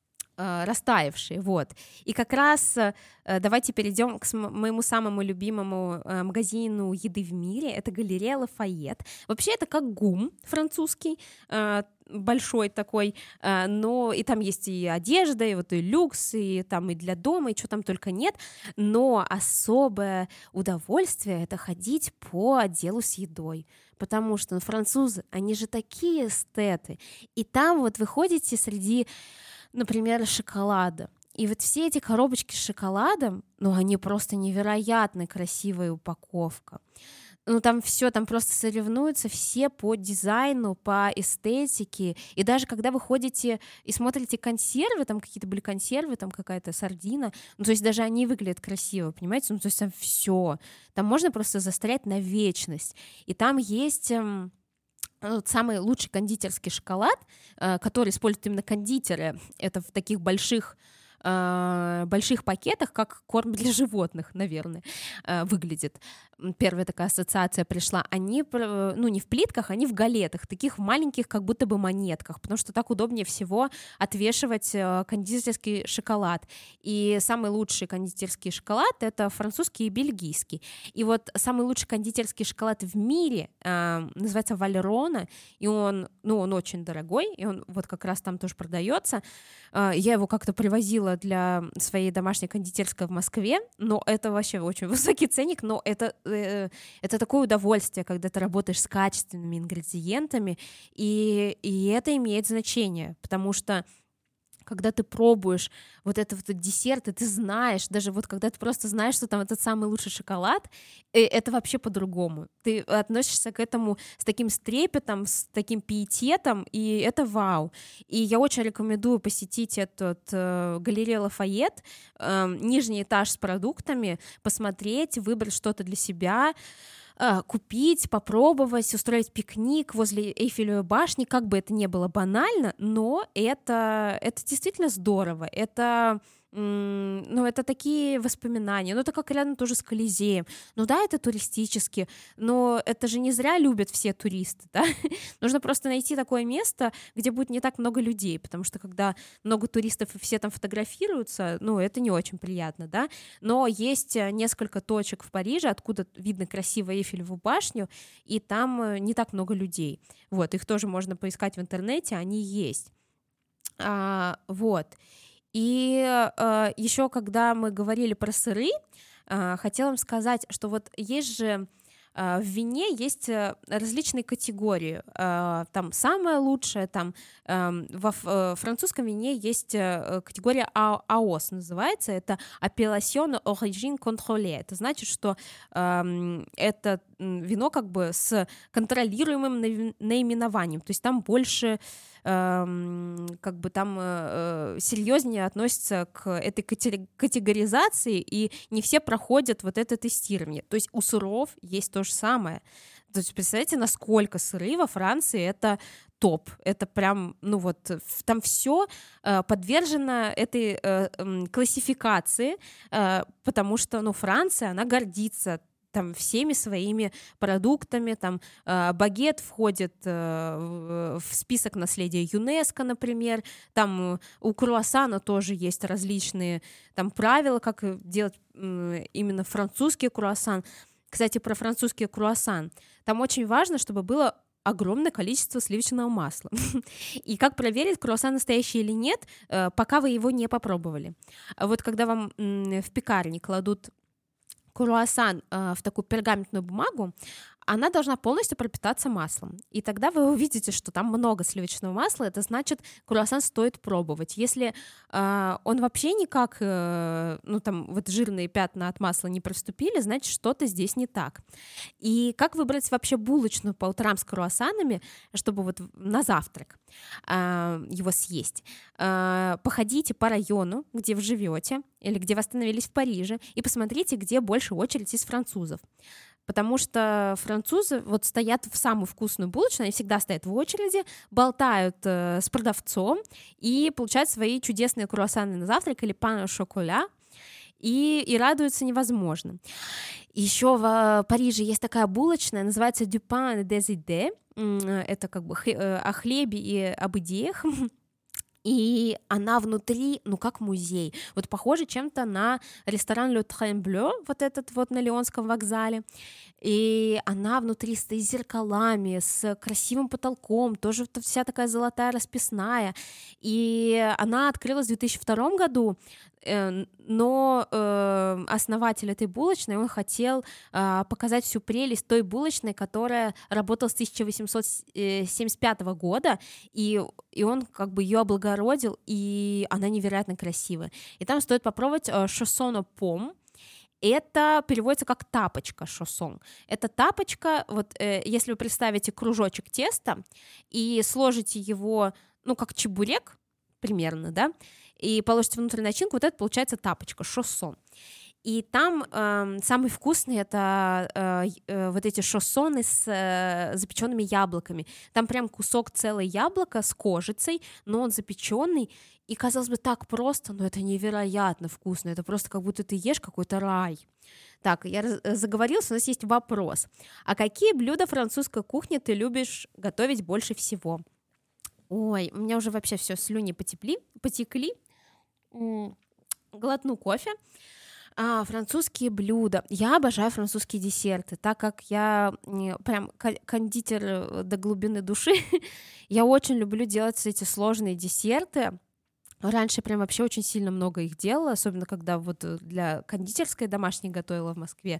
растаявшие, вот. И как раз давайте перейдем к моему самому любимому магазину еды в мире, это галерея Лафайет. Вообще это как ГУМ французский, большой такой, но и там есть и одежда, и вот и люкс, и там и для дома, и что там только нет, но особое удовольствие — это ходить по отделу с едой, потому что французы, они же такие эстеты, и там вот вы ходите среди, например, шоколада. И вот все эти коробочки с шоколадом, они просто невероятно красивая упаковка. Там все, там просто соревнуются все по дизайну, по эстетике. И даже когда вы ходите и смотрите консервы, там какие-то были консервы, там какая-то сардина, то есть даже они выглядят красиво, понимаете? То есть там все. Там можно просто застрять на вечность. И там есть самый лучший кондитерский шоколад, который используют именно кондитеры. Это в таких больших больших пакетах, как корм для животных, наверное, выглядит. Первая такая ассоциация пришла. Они, ну, не в плитках, они в галетах, таких маленьких, как будто бы монетках, потому что так удобнее всего отвешивать кондитерский шоколад. И самый лучший кондитерский шоколад — это французский и бельгийский. И вот самый лучший кондитерский шоколад в мире называется Валерона, и он очень дорогой, и он вот как раз там тоже продается. Я его как-то привозила для своей домашней кондитерской в Москве, но это вообще очень высокий ценник, но это такое удовольствие, когда ты работаешь с качественными ингредиентами, и это имеет значение, потому что когда ты пробуешь вот этот десерт, и ты знаешь, даже вот когда ты просто знаешь, что там этот самый лучший шоколад, это вообще по-другому. Ты относишься к этому с таким трепетом, с таким пиететом, и это вау. И я очень рекомендую посетить галерею Лафайет, нижний этаж с продуктами, посмотреть, выбрать что-то для себя, купить, попробовать, устроить пикник возле Эйфелевой башни, как бы это ни было банально, но это действительно здорово, это такие воспоминания, это как рядом тоже с Колизеем, да, это туристически, но это же не зря любят все туристы, да, нужно просто найти такое место, где будет не так много людей, потому что когда много туристов и все там фотографируются, это не очень приятно, да, но есть несколько точек в Париже, откуда видно красиво Эйфелеву башню, и там не так много людей, вот, их тоже можно поискать в интернете, они есть, вот. И еще, когда мы говорили про сыры, хотела вам сказать, что вот есть же в вине есть различные категории. Там самое лучшее, там во французском вине есть категория АОС, называется, это Appellation Origine Contrôlée. Это значит, что это вино как бы с контролируемым наименованием, то есть там больше как бы там серьезнее относятся к этой категоризации, и не все проходят вот это тестирование. То есть у сыров есть то же самое. То есть представляете, насколько сыры во Франции — это топ, это прям, там все подвержено этой классификации, потому что, Франция, она гордится там всеми своими продуктами, там багет входит в список наследия ЮНЕСКО, например, там у круассана тоже есть различные там правила, как делать именно французский круассан. Кстати, про французский круассан. Там очень важно, чтобы было огромное количество сливочного масла. И как проверить, круассан настоящий или нет, пока вы его не попробовали. Вот когда вам в пекарне кладут круассан в такую пергаментную бумагу, она должна полностью пропитаться маслом. И тогда вы увидите, что там много сливочного масла, это значит, круассан стоит пробовать. Если он вообще никак, там вот жирные пятна от масла не проступили, значит, что-то здесь не так. И как выбрать вообще булочную по утрам с круассанами, чтобы вот на завтрак его съесть? Походите по району, где вы живете, или где вы остановились в Париже, и посмотрите, где больше очередь из французов. Потому что французы вот стоят в самую вкусную булочную, они всегда стоят в очереди, болтают с продавцом и получают свои чудесные круассаны на завтрак или пан шоколя, и радуются невозможно. Еще в Париже есть такая булочная, называется «Du pain et des idées», это как бы о хлебе и об идеях. И она внутри, как музей. Вот похоже чем-то на ресторан Le Train Bleu, вот этот вот на Лионском вокзале. И она внутри с зеркалами, с красивым потолком, тоже вся такая золотая, расписная. И она открылась в 2002 году, но основатель этой булочной, он хотел показать всю прелесть той булочной, которая работала с 1875 года, и он как бы ее облагородил, и она невероятно красивая. И там стоит попробовать chausson aux pommes. Это переводится как тапочка, шоссон. Это тапочка, вот если вы представите кружочек теста и сложите его, как чебурек примерно, да, и положите внутрь начинку, вот это получается тапочка, шоссон. И там самый вкусный это вот эти шоссоны с запеченными яблоками. Там прям кусок целое яблоко с кожицей, но он запеченный. И казалось бы, так просто, но это невероятно вкусно. Это просто как будто ты ешь какой-то рай. Так, я заговорился, у нас есть вопрос. А какие блюда французской кухни ты любишь готовить больше всего? Ой, у меня уже вообще все слюни потекли. Глотну кофе. Французские блюда. Я обожаю французские десерты, так как я прям кондитер до глубины души. Я очень люблю делать эти сложные десерты. Раньше прям вообще очень сильно много их делала, особенно когда вот для кондитерской домашней готовила в Москве.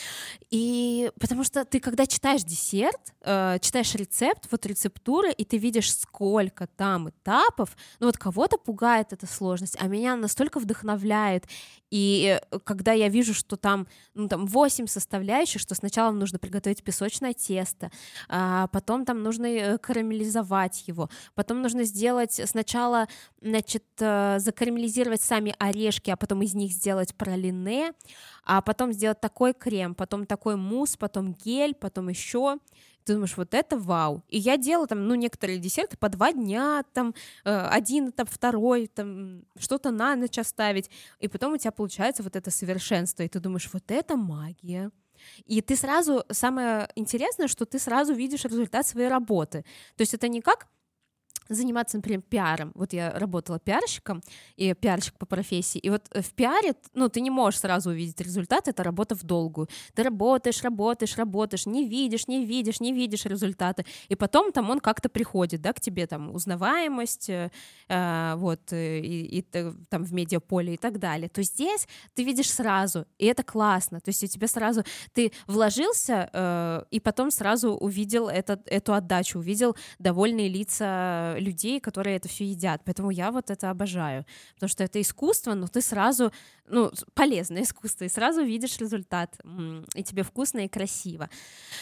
И потому что ты, когда читаешь десерт, читаешь рецепт, вот рецептуры, и ты видишь, сколько там этапов, ну вот кого-то пугает эта сложность, а меня настолько вдохновляет. И когда я вижу, что там, ну, там 8 составляющих, что сначала нужно приготовить песочное тесто, потом там нужно карамелизовать его, потом нужно сделать сначала, значит, закарамелизировать сами орешки, а потом из них сделать пралине, а потом сделать такой крем, потом такой мусс, потом гель, потом еще. Ты думаешь, вот это вау. И я делала там, ну, некоторые десерты по 2 дня, там, один этап, второй, там, что-то на ночь оставить, и потом у тебя получается вот это совершенство, и ты думаешь, вот это магия. И ты сразу, самое интересное, что ты сразу видишь результат своей работы. То есть это не как заниматься, например, пиаром. Вот я работала пиарщиком, и пиарщик по профессии, и вот в пиаре, ну, ты не можешь сразу увидеть результат, это работа в долгую. Ты работаешь, не видишь результаты, и потом там он как-то приходит, да, к тебе, там, узнаваемость, вот, и там в медиаполе и так далее. То здесь ты видишь сразу, и это классно, то есть у тебя сразу, ты вложился, и потом сразу увидел эту отдачу, увидел довольные лица людей, которые это все едят. Поэтому я вот это обожаю. Потому что это искусство, но ты сразу, ну, полезное искусство, и сразу видишь результат. И тебе вкусно и красиво.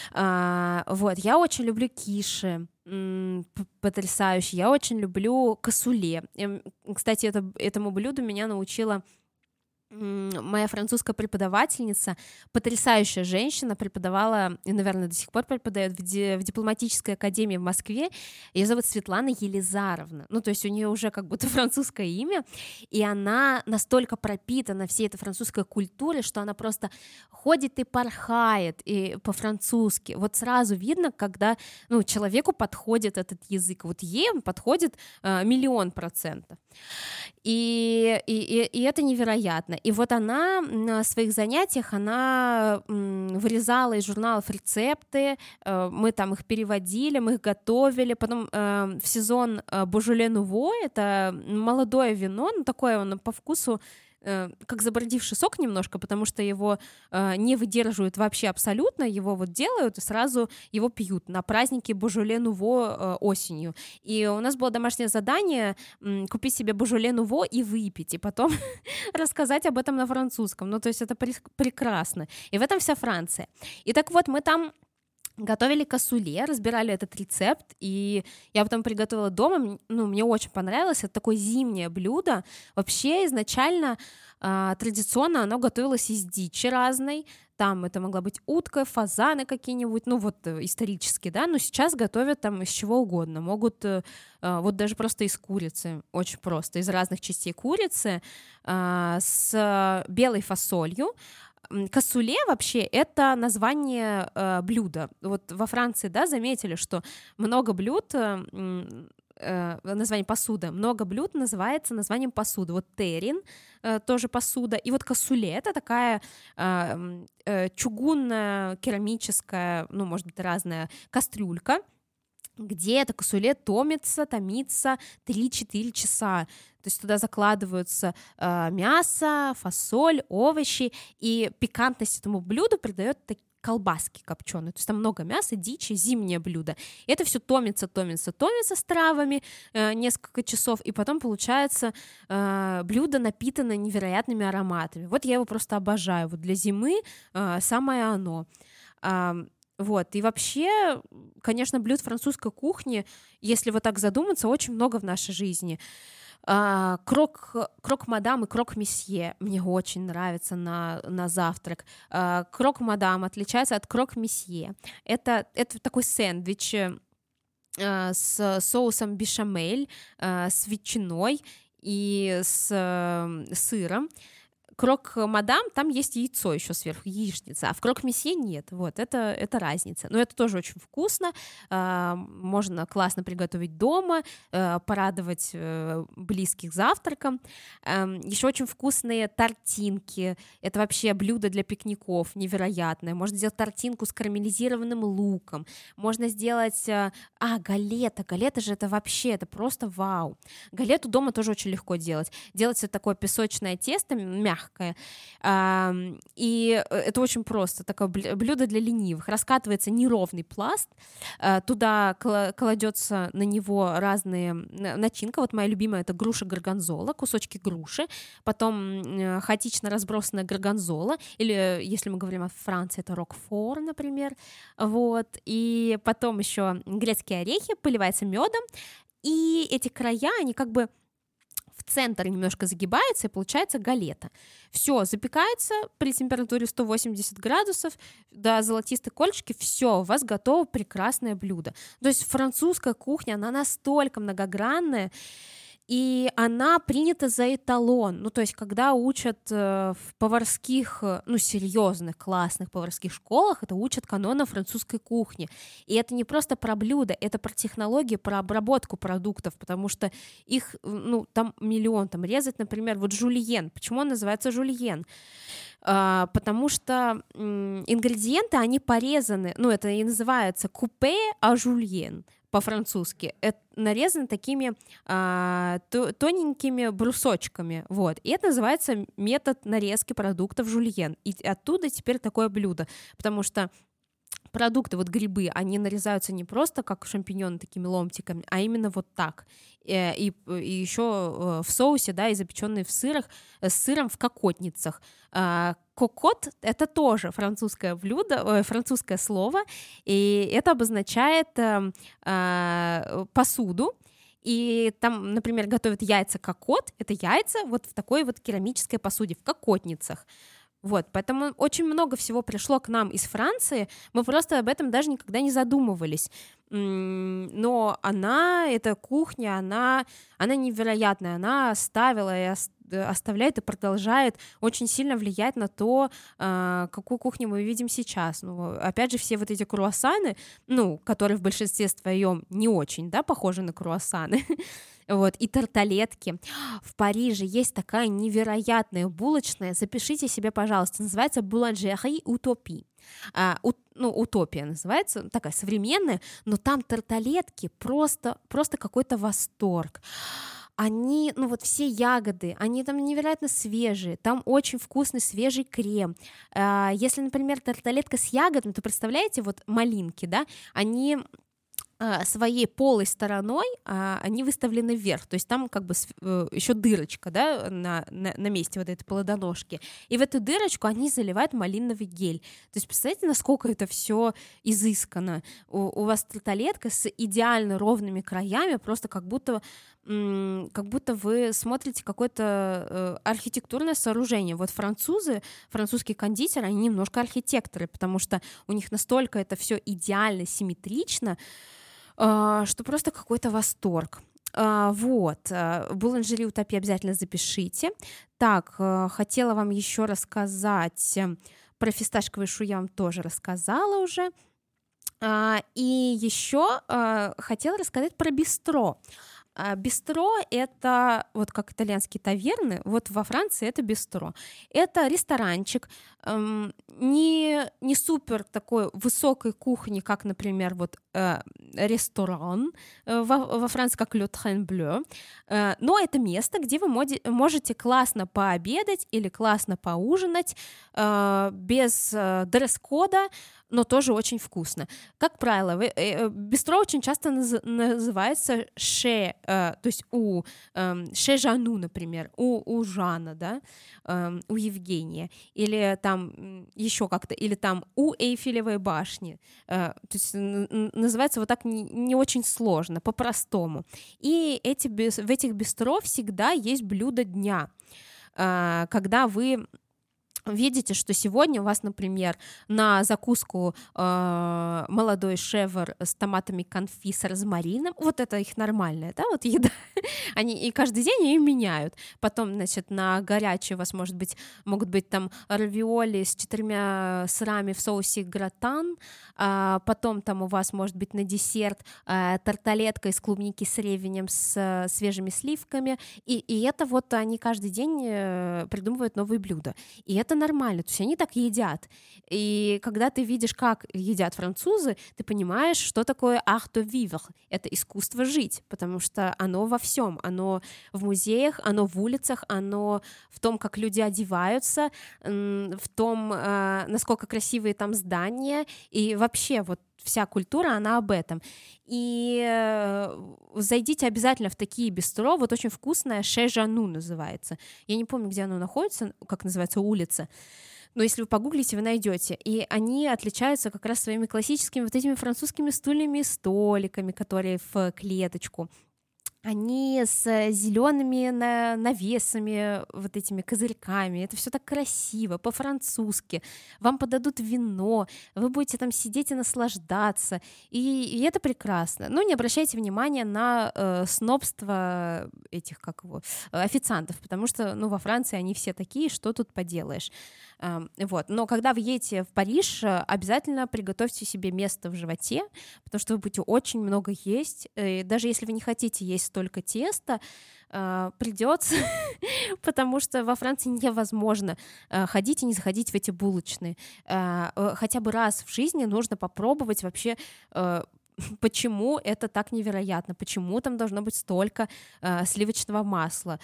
Вот, я очень люблю киши. Потрясающе. Я очень люблю косуле. Кстати, этому блюду меня научила моя французская преподавательница, потрясающая женщина, преподавала и, наверное, до сих пор преподает в дипломатической академии в Москве. Ее зовут Светлана Елизаровна. Ну, то есть у нее уже как будто французское имя, и она настолько пропитана всей этой французской культурой, что она просто ходит и порхает и по-французски. Вот сразу видно, когда, ну, человеку подходит этот язык. Вот ей он подходит 1,000,000%. И это невероятно. И вот она на своих занятиях, она вырезала из журналов рецепты, мы там их переводили, мы их готовили. Потом в сезон Божоле Нуво, это молодое вино, ну такое оно по вкусу, как забродивший сок немножко, потому что его не выдерживают вообще абсолютно, его вот делают и сразу его пьют на празднике Божоле Нуво осенью. И у нас было домашнее задание купить себе Божоле Нуво и выпить, и потом рассказать об этом на французском. Ну, то есть это прекрасно. И в этом вся Франция. И так вот, мы там готовили косуле, разбирали этот рецепт, и я потом приготовила дома, ну, мне очень понравилось, это такое зимнее блюдо. Вообще изначально традиционно оно готовилось из дичи разной, там это могла быть утка, фазаны какие-нибудь, ну вот исторически, да, но сейчас готовят там из чего угодно, могут вот даже просто из курицы, очень просто, из разных частей курицы с белой фасолью. Косуле вообще это название блюда. Вот во Франции, да, заметили, что много блюд, название посуда, много блюд называется названием посуды. Вот террин тоже посуда, и вот косуле это такая чугунная, керамическая, ну, может быть, разная кастрюлька, где это косуле томится 3-4 часа. То есть туда закладываются мясо, фасоль, овощи, и пикантность этому блюду придает колбаски копченые. То есть там много мяса, дичи, зимнее блюдо. И это все томится с травами несколько часов, и потом получается блюдо напитано невероятными ароматами. Вот я его просто обожаю. Вот для зимы самое оно. Вот, и вообще, конечно, блюд французской кухни, если вот так задуматься, очень много в нашей жизни. Крок-мадам и крок-месье мне очень нравится на завтрак. Крок-мадам отличается от крок-месье. Это такой сэндвич с соусом бешамель, с ветчиной и с сыром. Крок-мадам, там есть яйцо еще сверху, яичница, а в крок-месье нет. Вот, это разница. Но это тоже очень вкусно, можно классно приготовить дома, порадовать близких завтраком. Еще очень вкусные тортинки, это вообще блюдо для пикников невероятное. Можно сделать тортинку с карамелизированным луком, можно сделать... галета же это вообще, это просто вау. Галету дома тоже очень легко делать. Делается такое песочное тесто, мягкое, и это очень просто, такое блюдо для ленивых. Раскатывается неровный пласт, туда кладется на него разные начинка. Вот моя любимая — это груша-горгонзола, кусочки груши, потом хаотично разбросанная горгонзола, или, если мы говорим о Франции, это рокфор, например, вот, и потом еще грецкие орехи, поливается медом, и эти края, они как бы в центр немножко загибается, и получается галета. Все запекается при температуре 180 градусов до золотистой корочки, все, у вас готово прекрасное блюдо. То есть французская кухня, она настолько многогранная, и она принята за эталон. Ну, то есть, когда учат в поварских, серьезных, классных поварских школах, это учат канонам французской кухни. И это не просто про блюда, это про технологии, про обработку продуктов, потому что их, там миллион, там резать, например, вот жульен. Почему он называется жульен? Потому что ингредиенты, они порезаны, это и называется купе а жульен по-французски, это нарезаны такими тоненькими брусочками, вот, и это называется метод нарезки продуктов жульен, и оттуда теперь такое блюдо, потому что продукты, вот грибы, они нарезаются не просто как шампиньоны такими ломтиками, а именно вот так. И еще в соусе, да, и запеченные с сыром в кокотницах. Кокот — это тоже французское блюдо, французское слово, и это обозначает посуду. И там, например, готовят яйца кокот, это яйца вот в такой вот керамической посуде, в кокотницах. Вот, поэтому очень много всего пришло к нам из Франции, мы просто об этом даже никогда не задумывались. Но эта кухня, она невероятная, она оставила и оставляет и продолжает очень сильно влиять на то, какую кухню мы видим сейчас. Опять же, все вот эти круассаны, которые в большинстве своем не очень, да, похожи на круассаны, вот, и тарталетки. В Париже есть такая невероятная булочная, запишите себе, пожалуйста, называется Boulangerie Utopie. Утопия называется, такая современная, но там тарталетки просто какой-то восторг. Они, все ягоды, они там невероятно свежие, там очень вкусный свежий крем. Если, например, тарталетка с ягодами, то представляете, вот малинки, да, они своей полой стороной они выставлены вверх, то есть там как бы еще дырочка, да, на месте вот этой плодоножки, и в эту дырочку они заливают малиновый гель. То есть представляете, насколько это все изысканно. У вас тарталетка с идеально ровными краями, просто как будто вы смотрите какое-то архитектурное сооружение. Вот французские кондитеры, они немножко архитекторы, потому что у них настолько это все идеально симметрично, что просто какой-то восторг. Вот, Boulangerie Utopie обязательно запишите. Так, хотела вам еще рассказать про фисташковый шу, я вам тоже рассказала уже. И еще хотела рассказать про бистро. Бистро — это вот как итальянские таверны, вот во Франции это бистро. Это ресторанчик, не супер такой высокой кухни, как, например, вот ресторан во Франции, как Le Train Bleu, но это место, где вы можете классно пообедать или классно поужинать без дресс-кода, но тоже очень вкусно. Как правило, бистро очень часто называется chez то есть у Chez Жану, например, у Жана, да, у Евгения, или там еще как-то, или там у Эйфелевой башни. То есть называется вот так не очень сложно, по-простому. И в этих бистро всегда есть блюдо дня, когда вы видите, что сегодня у вас, например, на закуску молодой шевр с томатами конфи с розмарином, вот это их нормальная, да, вот еда, они и каждый день ее меняют. Потом, значит, на горячее у вас могут быть там равиоли с 4 сырами в соусе гратан, потом там у вас может быть на десерт тарталетка из клубники с ревенем с свежими сливками, и это вот они каждый день придумывают новые блюда. И это нормально, то есть они так едят. И когда ты видишь, как едят французы, ты понимаешь, что такое art de vivre. Это искусство жить, потому что оно во всем. Оно в музеях, оно в улицах, оно в том, как люди одеваются, в том, насколько красивые там здания. И вообще вот вся культура, она об этом. И зайдите обязательно в такие бистро, вот очень вкусное, Chez Жану называется. Я не помню, где оно находится, как называется улица, но если вы погуглите, вы найдете. И они отличаются как раз своими классическими вот этими французскими стульями и столиками, которые в клеточку. Они с зелеными навесами, вот этими козырьками. Это все так красиво, по-французски. Вам подадут вино, вы будете там сидеть и наслаждаться. И это прекрасно. Но не обращайте внимания на снобство этих, официантов, потому что, во Франции они все такие, что тут поделаешь. Вот. Но когда вы едете в Париж, обязательно приготовьте себе место в животе, потому что вы будете очень много есть. И даже если вы не хотите есть столько теста, придется, потому что во Франции невозможно ходить и не заходить в эти булочные. Хотя бы раз в жизни нужно попробовать вообще, почему это так невероятно, почему там должно быть столько сливочного масла,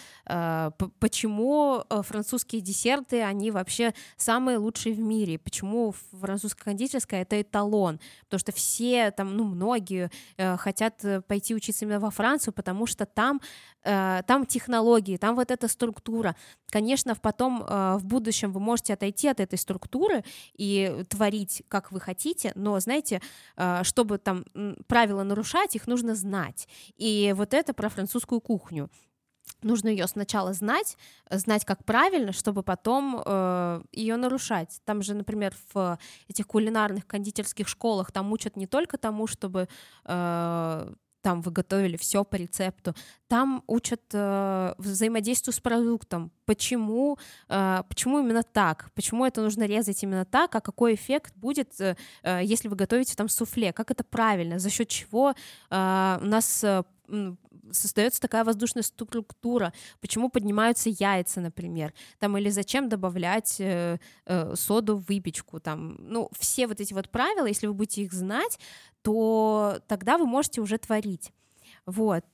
почему французские десерты, они вообще самые лучшие в мире, почему французская кондитерская — это эталон, потому что все там, многие хотят пойти учиться именно во Францию, потому что там технологии, там вот эта структура. Конечно, потом в будущем вы можете отойти от этой структуры и творить, как вы хотите, но, знаете, чтобы там правила нарушать, их нужно знать. И вот это про французскую кухню. Нужно ее сначала знать, как правильно, чтобы потом ее нарушать. Там же, например, в этих кулинарных кондитерских школах там учат не только тому, чтобы там вы готовили все по рецепту, там учат взаимодействию с продуктом, почему именно так, почему это нужно резать именно так, а какой эффект будет, если вы готовите там суфле, как это правильно, за счет чего у нас создается такая воздушная структура, почему поднимаются яйца, например, там, или зачем добавлять соду в выпечку, там, все вот эти вот правила, если вы будете их знать, то тогда вы можете уже творить. Вот.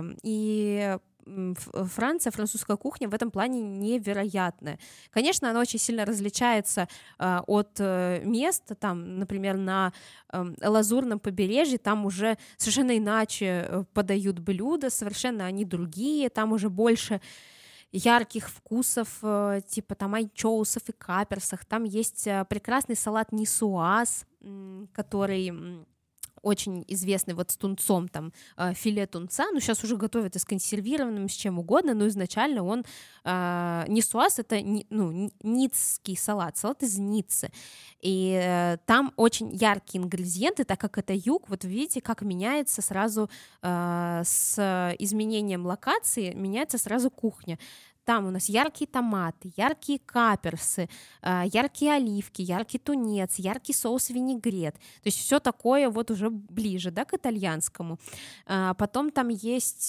И Франция, французская кухня в этом плане невероятная. Конечно, она очень сильно различается от мест, там, например, на Лазурном побережье, там уже совершенно иначе подают блюда, совершенно они другие, там уже больше ярких вкусов, типа там анчоусов и каперсов, там есть прекрасный салат нисуаз, который очень известный вот с тунцом, там, филе тунца, сейчас уже готовят и с консервированным, с чем угодно, но изначально он, нисуаз — это, ницкий салат из Ниццы, и там очень яркие ингредиенты, так как это юг, вот видите, как меняется сразу с изменением локации, меняется сразу кухня. Там у нас яркие томаты, яркие каперсы, яркие оливки, яркий тунец, яркий соус-винегрет. То есть все такое вот уже ближе, да, к итальянскому. Потом там есть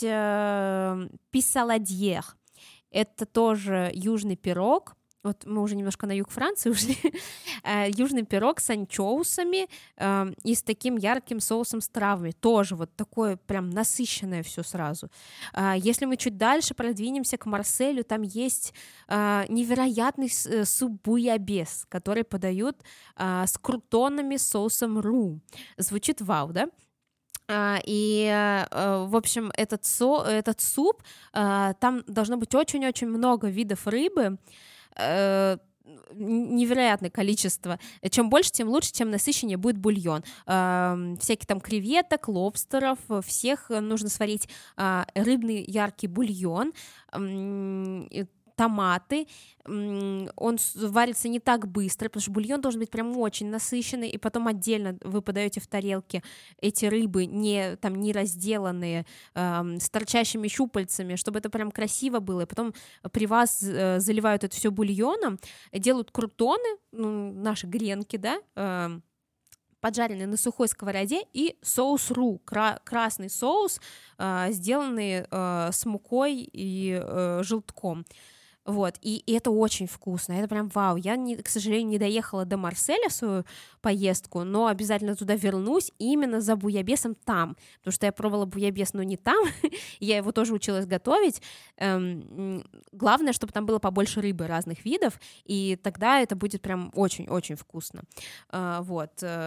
писаладьер. Это тоже южный пирог. Вот мы уже немножко на юг Франции ушли. Южный пирог с анчоусами и с таким ярким соусом с травами. Тоже вот такое прям насыщенное все сразу. Если мы чуть дальше продвинемся к Марселю, там есть невероятный суп буябес, который подают с крутонами, соусом ру. Звучит вау, да? В общем, этот суп, там должно быть очень-очень много видов рыбы, невероятное количество. Чем больше, тем лучше, тем насыщеннее будет бульон. Всякие там креветок, лобстеров, всех нужно сварить рыбный яркий бульон, томаты, он варится не так быстро, потому что бульон должен быть прям очень насыщенный, и потом отдельно вы подаете в тарелке эти рыбы, не разделанные, с торчащими щупальцами, чтобы это прям красиво было, и потом при вас заливают это все бульоном, делают крутоны, наши гренки, да, поджаренный на сухой сковороде, и соус ру, красный соус, сделанный с мукой и желтком. Вот, и это очень вкусно, это прям вау. Я, к сожалению, не доехала до Марселя в свою поездку, но обязательно туда вернусь именно за буябесом там, потому что я пробовала буябес, но не там, я его тоже училась готовить. Главное, чтобы там было побольше рыбы разных видов, и тогда это будет прям очень-очень вкусно. Вот,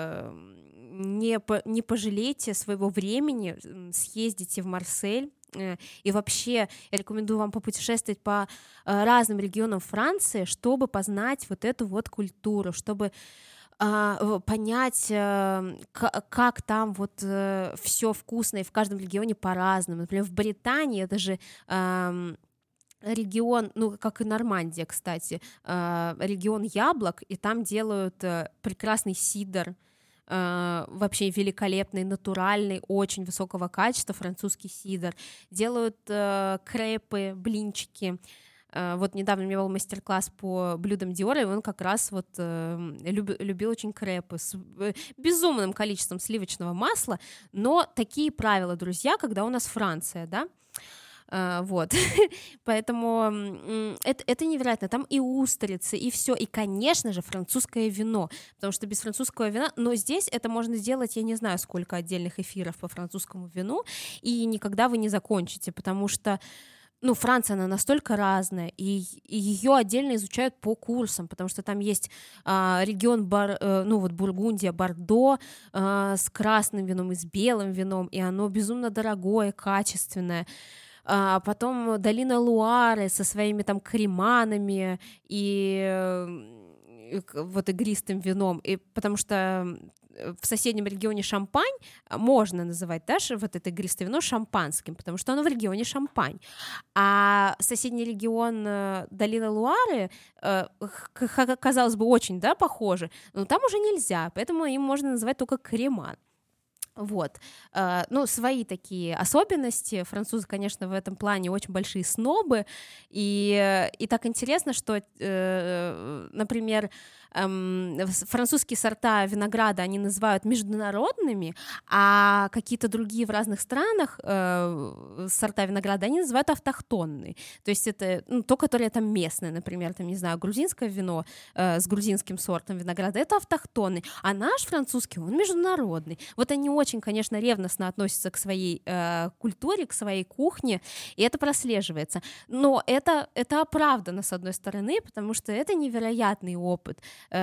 не пожалейте своего времени, съездите в Марсель. И вообще я рекомендую вам попутешествовать по разным регионам Франции, чтобы познать вот эту вот культуру, чтобы понять, как там вот все вкусно, и в каждом регионе по-разному. Например, в Британии это же регион, как и Нормандия, кстати, регион яблок, и там делают прекрасный сидр, вообще великолепный, натуральный, очень высокого качества французский сидр. Делают крепы, блинчики. Вот недавно у меня был мастер-класс по блюдам Диора, и он как раз вот любил очень крепы с безумным количеством сливочного масла, но такие правила, друзья, когда у нас Франция, да? Вот, поэтому это невероятно, там и устрицы, и все, и, конечно же, французское вино, потому что без французского вина, но здесь это можно сделать, я не знаю, сколько отдельных эфиров по французскому вину, и никогда вы не закончите, потому что Франция, она настолько разная, и ее отдельно изучают по курсам, потому что там есть регион, Бургундия, Бордо с красным вином и с белым вином, и оно безумно дорогое, качественное. Потом долина Луары со своими там креманами и вот игристым вином, и потому что в соседнем регионе Шампань можно называть даже вот это игристое вино шампанским, потому что оно в регионе Шампань, а соседний регион долина Луары, казалось бы, очень, да, похоже, но там уже нельзя, поэтому им можно называть только креман. Вот, свои такие особенности. Французы, конечно, в этом плане очень большие снобы, и так интересно, что, например, французские сорта винограда они называют международными, а какие-то другие в разных странах сорта винограда они называют автохтонные, то есть это то, которое там местное, например, там, не знаю, грузинское вино с грузинским сортом винограда, это автохтонный, а наш французский, он международный. Вот они очень, конечно, ревностно относятся к своей культуре, к своей кухне, и это прослеживается. Но это оправдано, с одной стороны, потому что это невероятный опыт.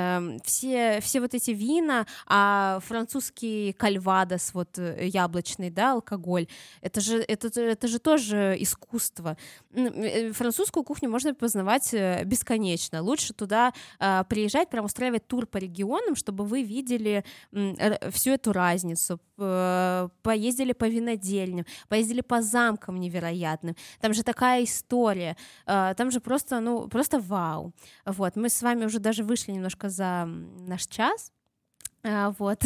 Все вот эти вина, а французский кальвадос, вот яблочный, да, алкоголь, это же тоже искусство. Французскую кухню можно познавать бесконечно. Лучше туда приезжать, прям устраивать тур по регионам, чтобы вы видели всю эту разницу, поездили по винодельням, поездили по замкам невероятным. Там же такая история, там же просто вау. Вот, мы с вами уже даже вышли немножко за наш час. Вот.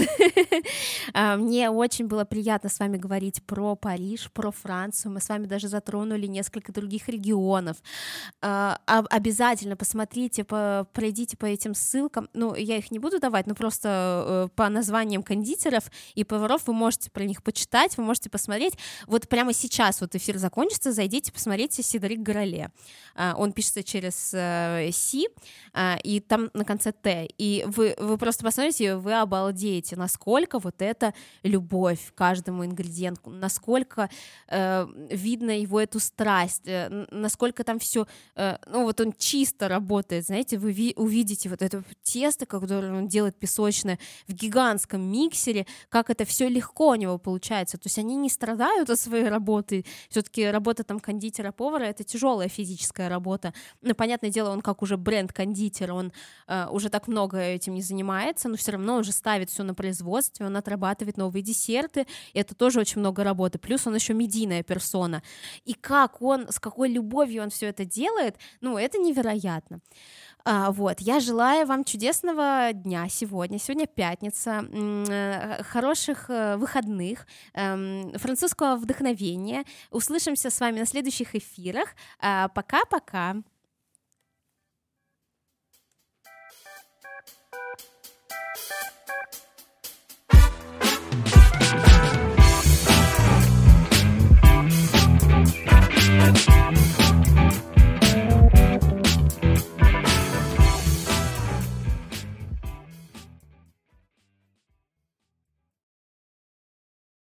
Мне очень было приятно с вами говорить про Париж, про Францию. Мы с вами даже затронули несколько других регионов. Обязательно посмотрите, пройдите по этим ссылкам. Я их не буду давать, но просто по названиям кондитеров и поваров вы можете про них почитать, вы можете посмотреть. Вот прямо сейчас вот эфир закончится, зайдите, посмотрите Седрик Гроле. Он пишется через Си, и там на конце Т. И вы просто посмотрите, вы обалдеете, насколько вот это любовь к каждому ингредиенту, насколько видно его эту страсть, насколько там все, ну вот он чисто работает, знаете, вы увидите вот это тесто, которое он делает песочное в гигантском миксере, как это все легко у него получается, то есть они не страдают от своей работы, все-таки работа там кондитера-повара — это тяжелая физическая работа, ну, понятное дело, он как уже бренд-кондитер, он уже так много этим не занимается, но все равно он же ставит все на производстве, он отрабатывает новые десерты, и это тоже очень много работы, плюс он еще медийная персона, и как он, с какой любовью он все это делает, ну, это невероятно. Вот, я желаю вам чудесного дня сегодня. Сегодня пятница, хороших выходных, французского вдохновения. Услышимся с вами на следующих эфирах. Пока-пока.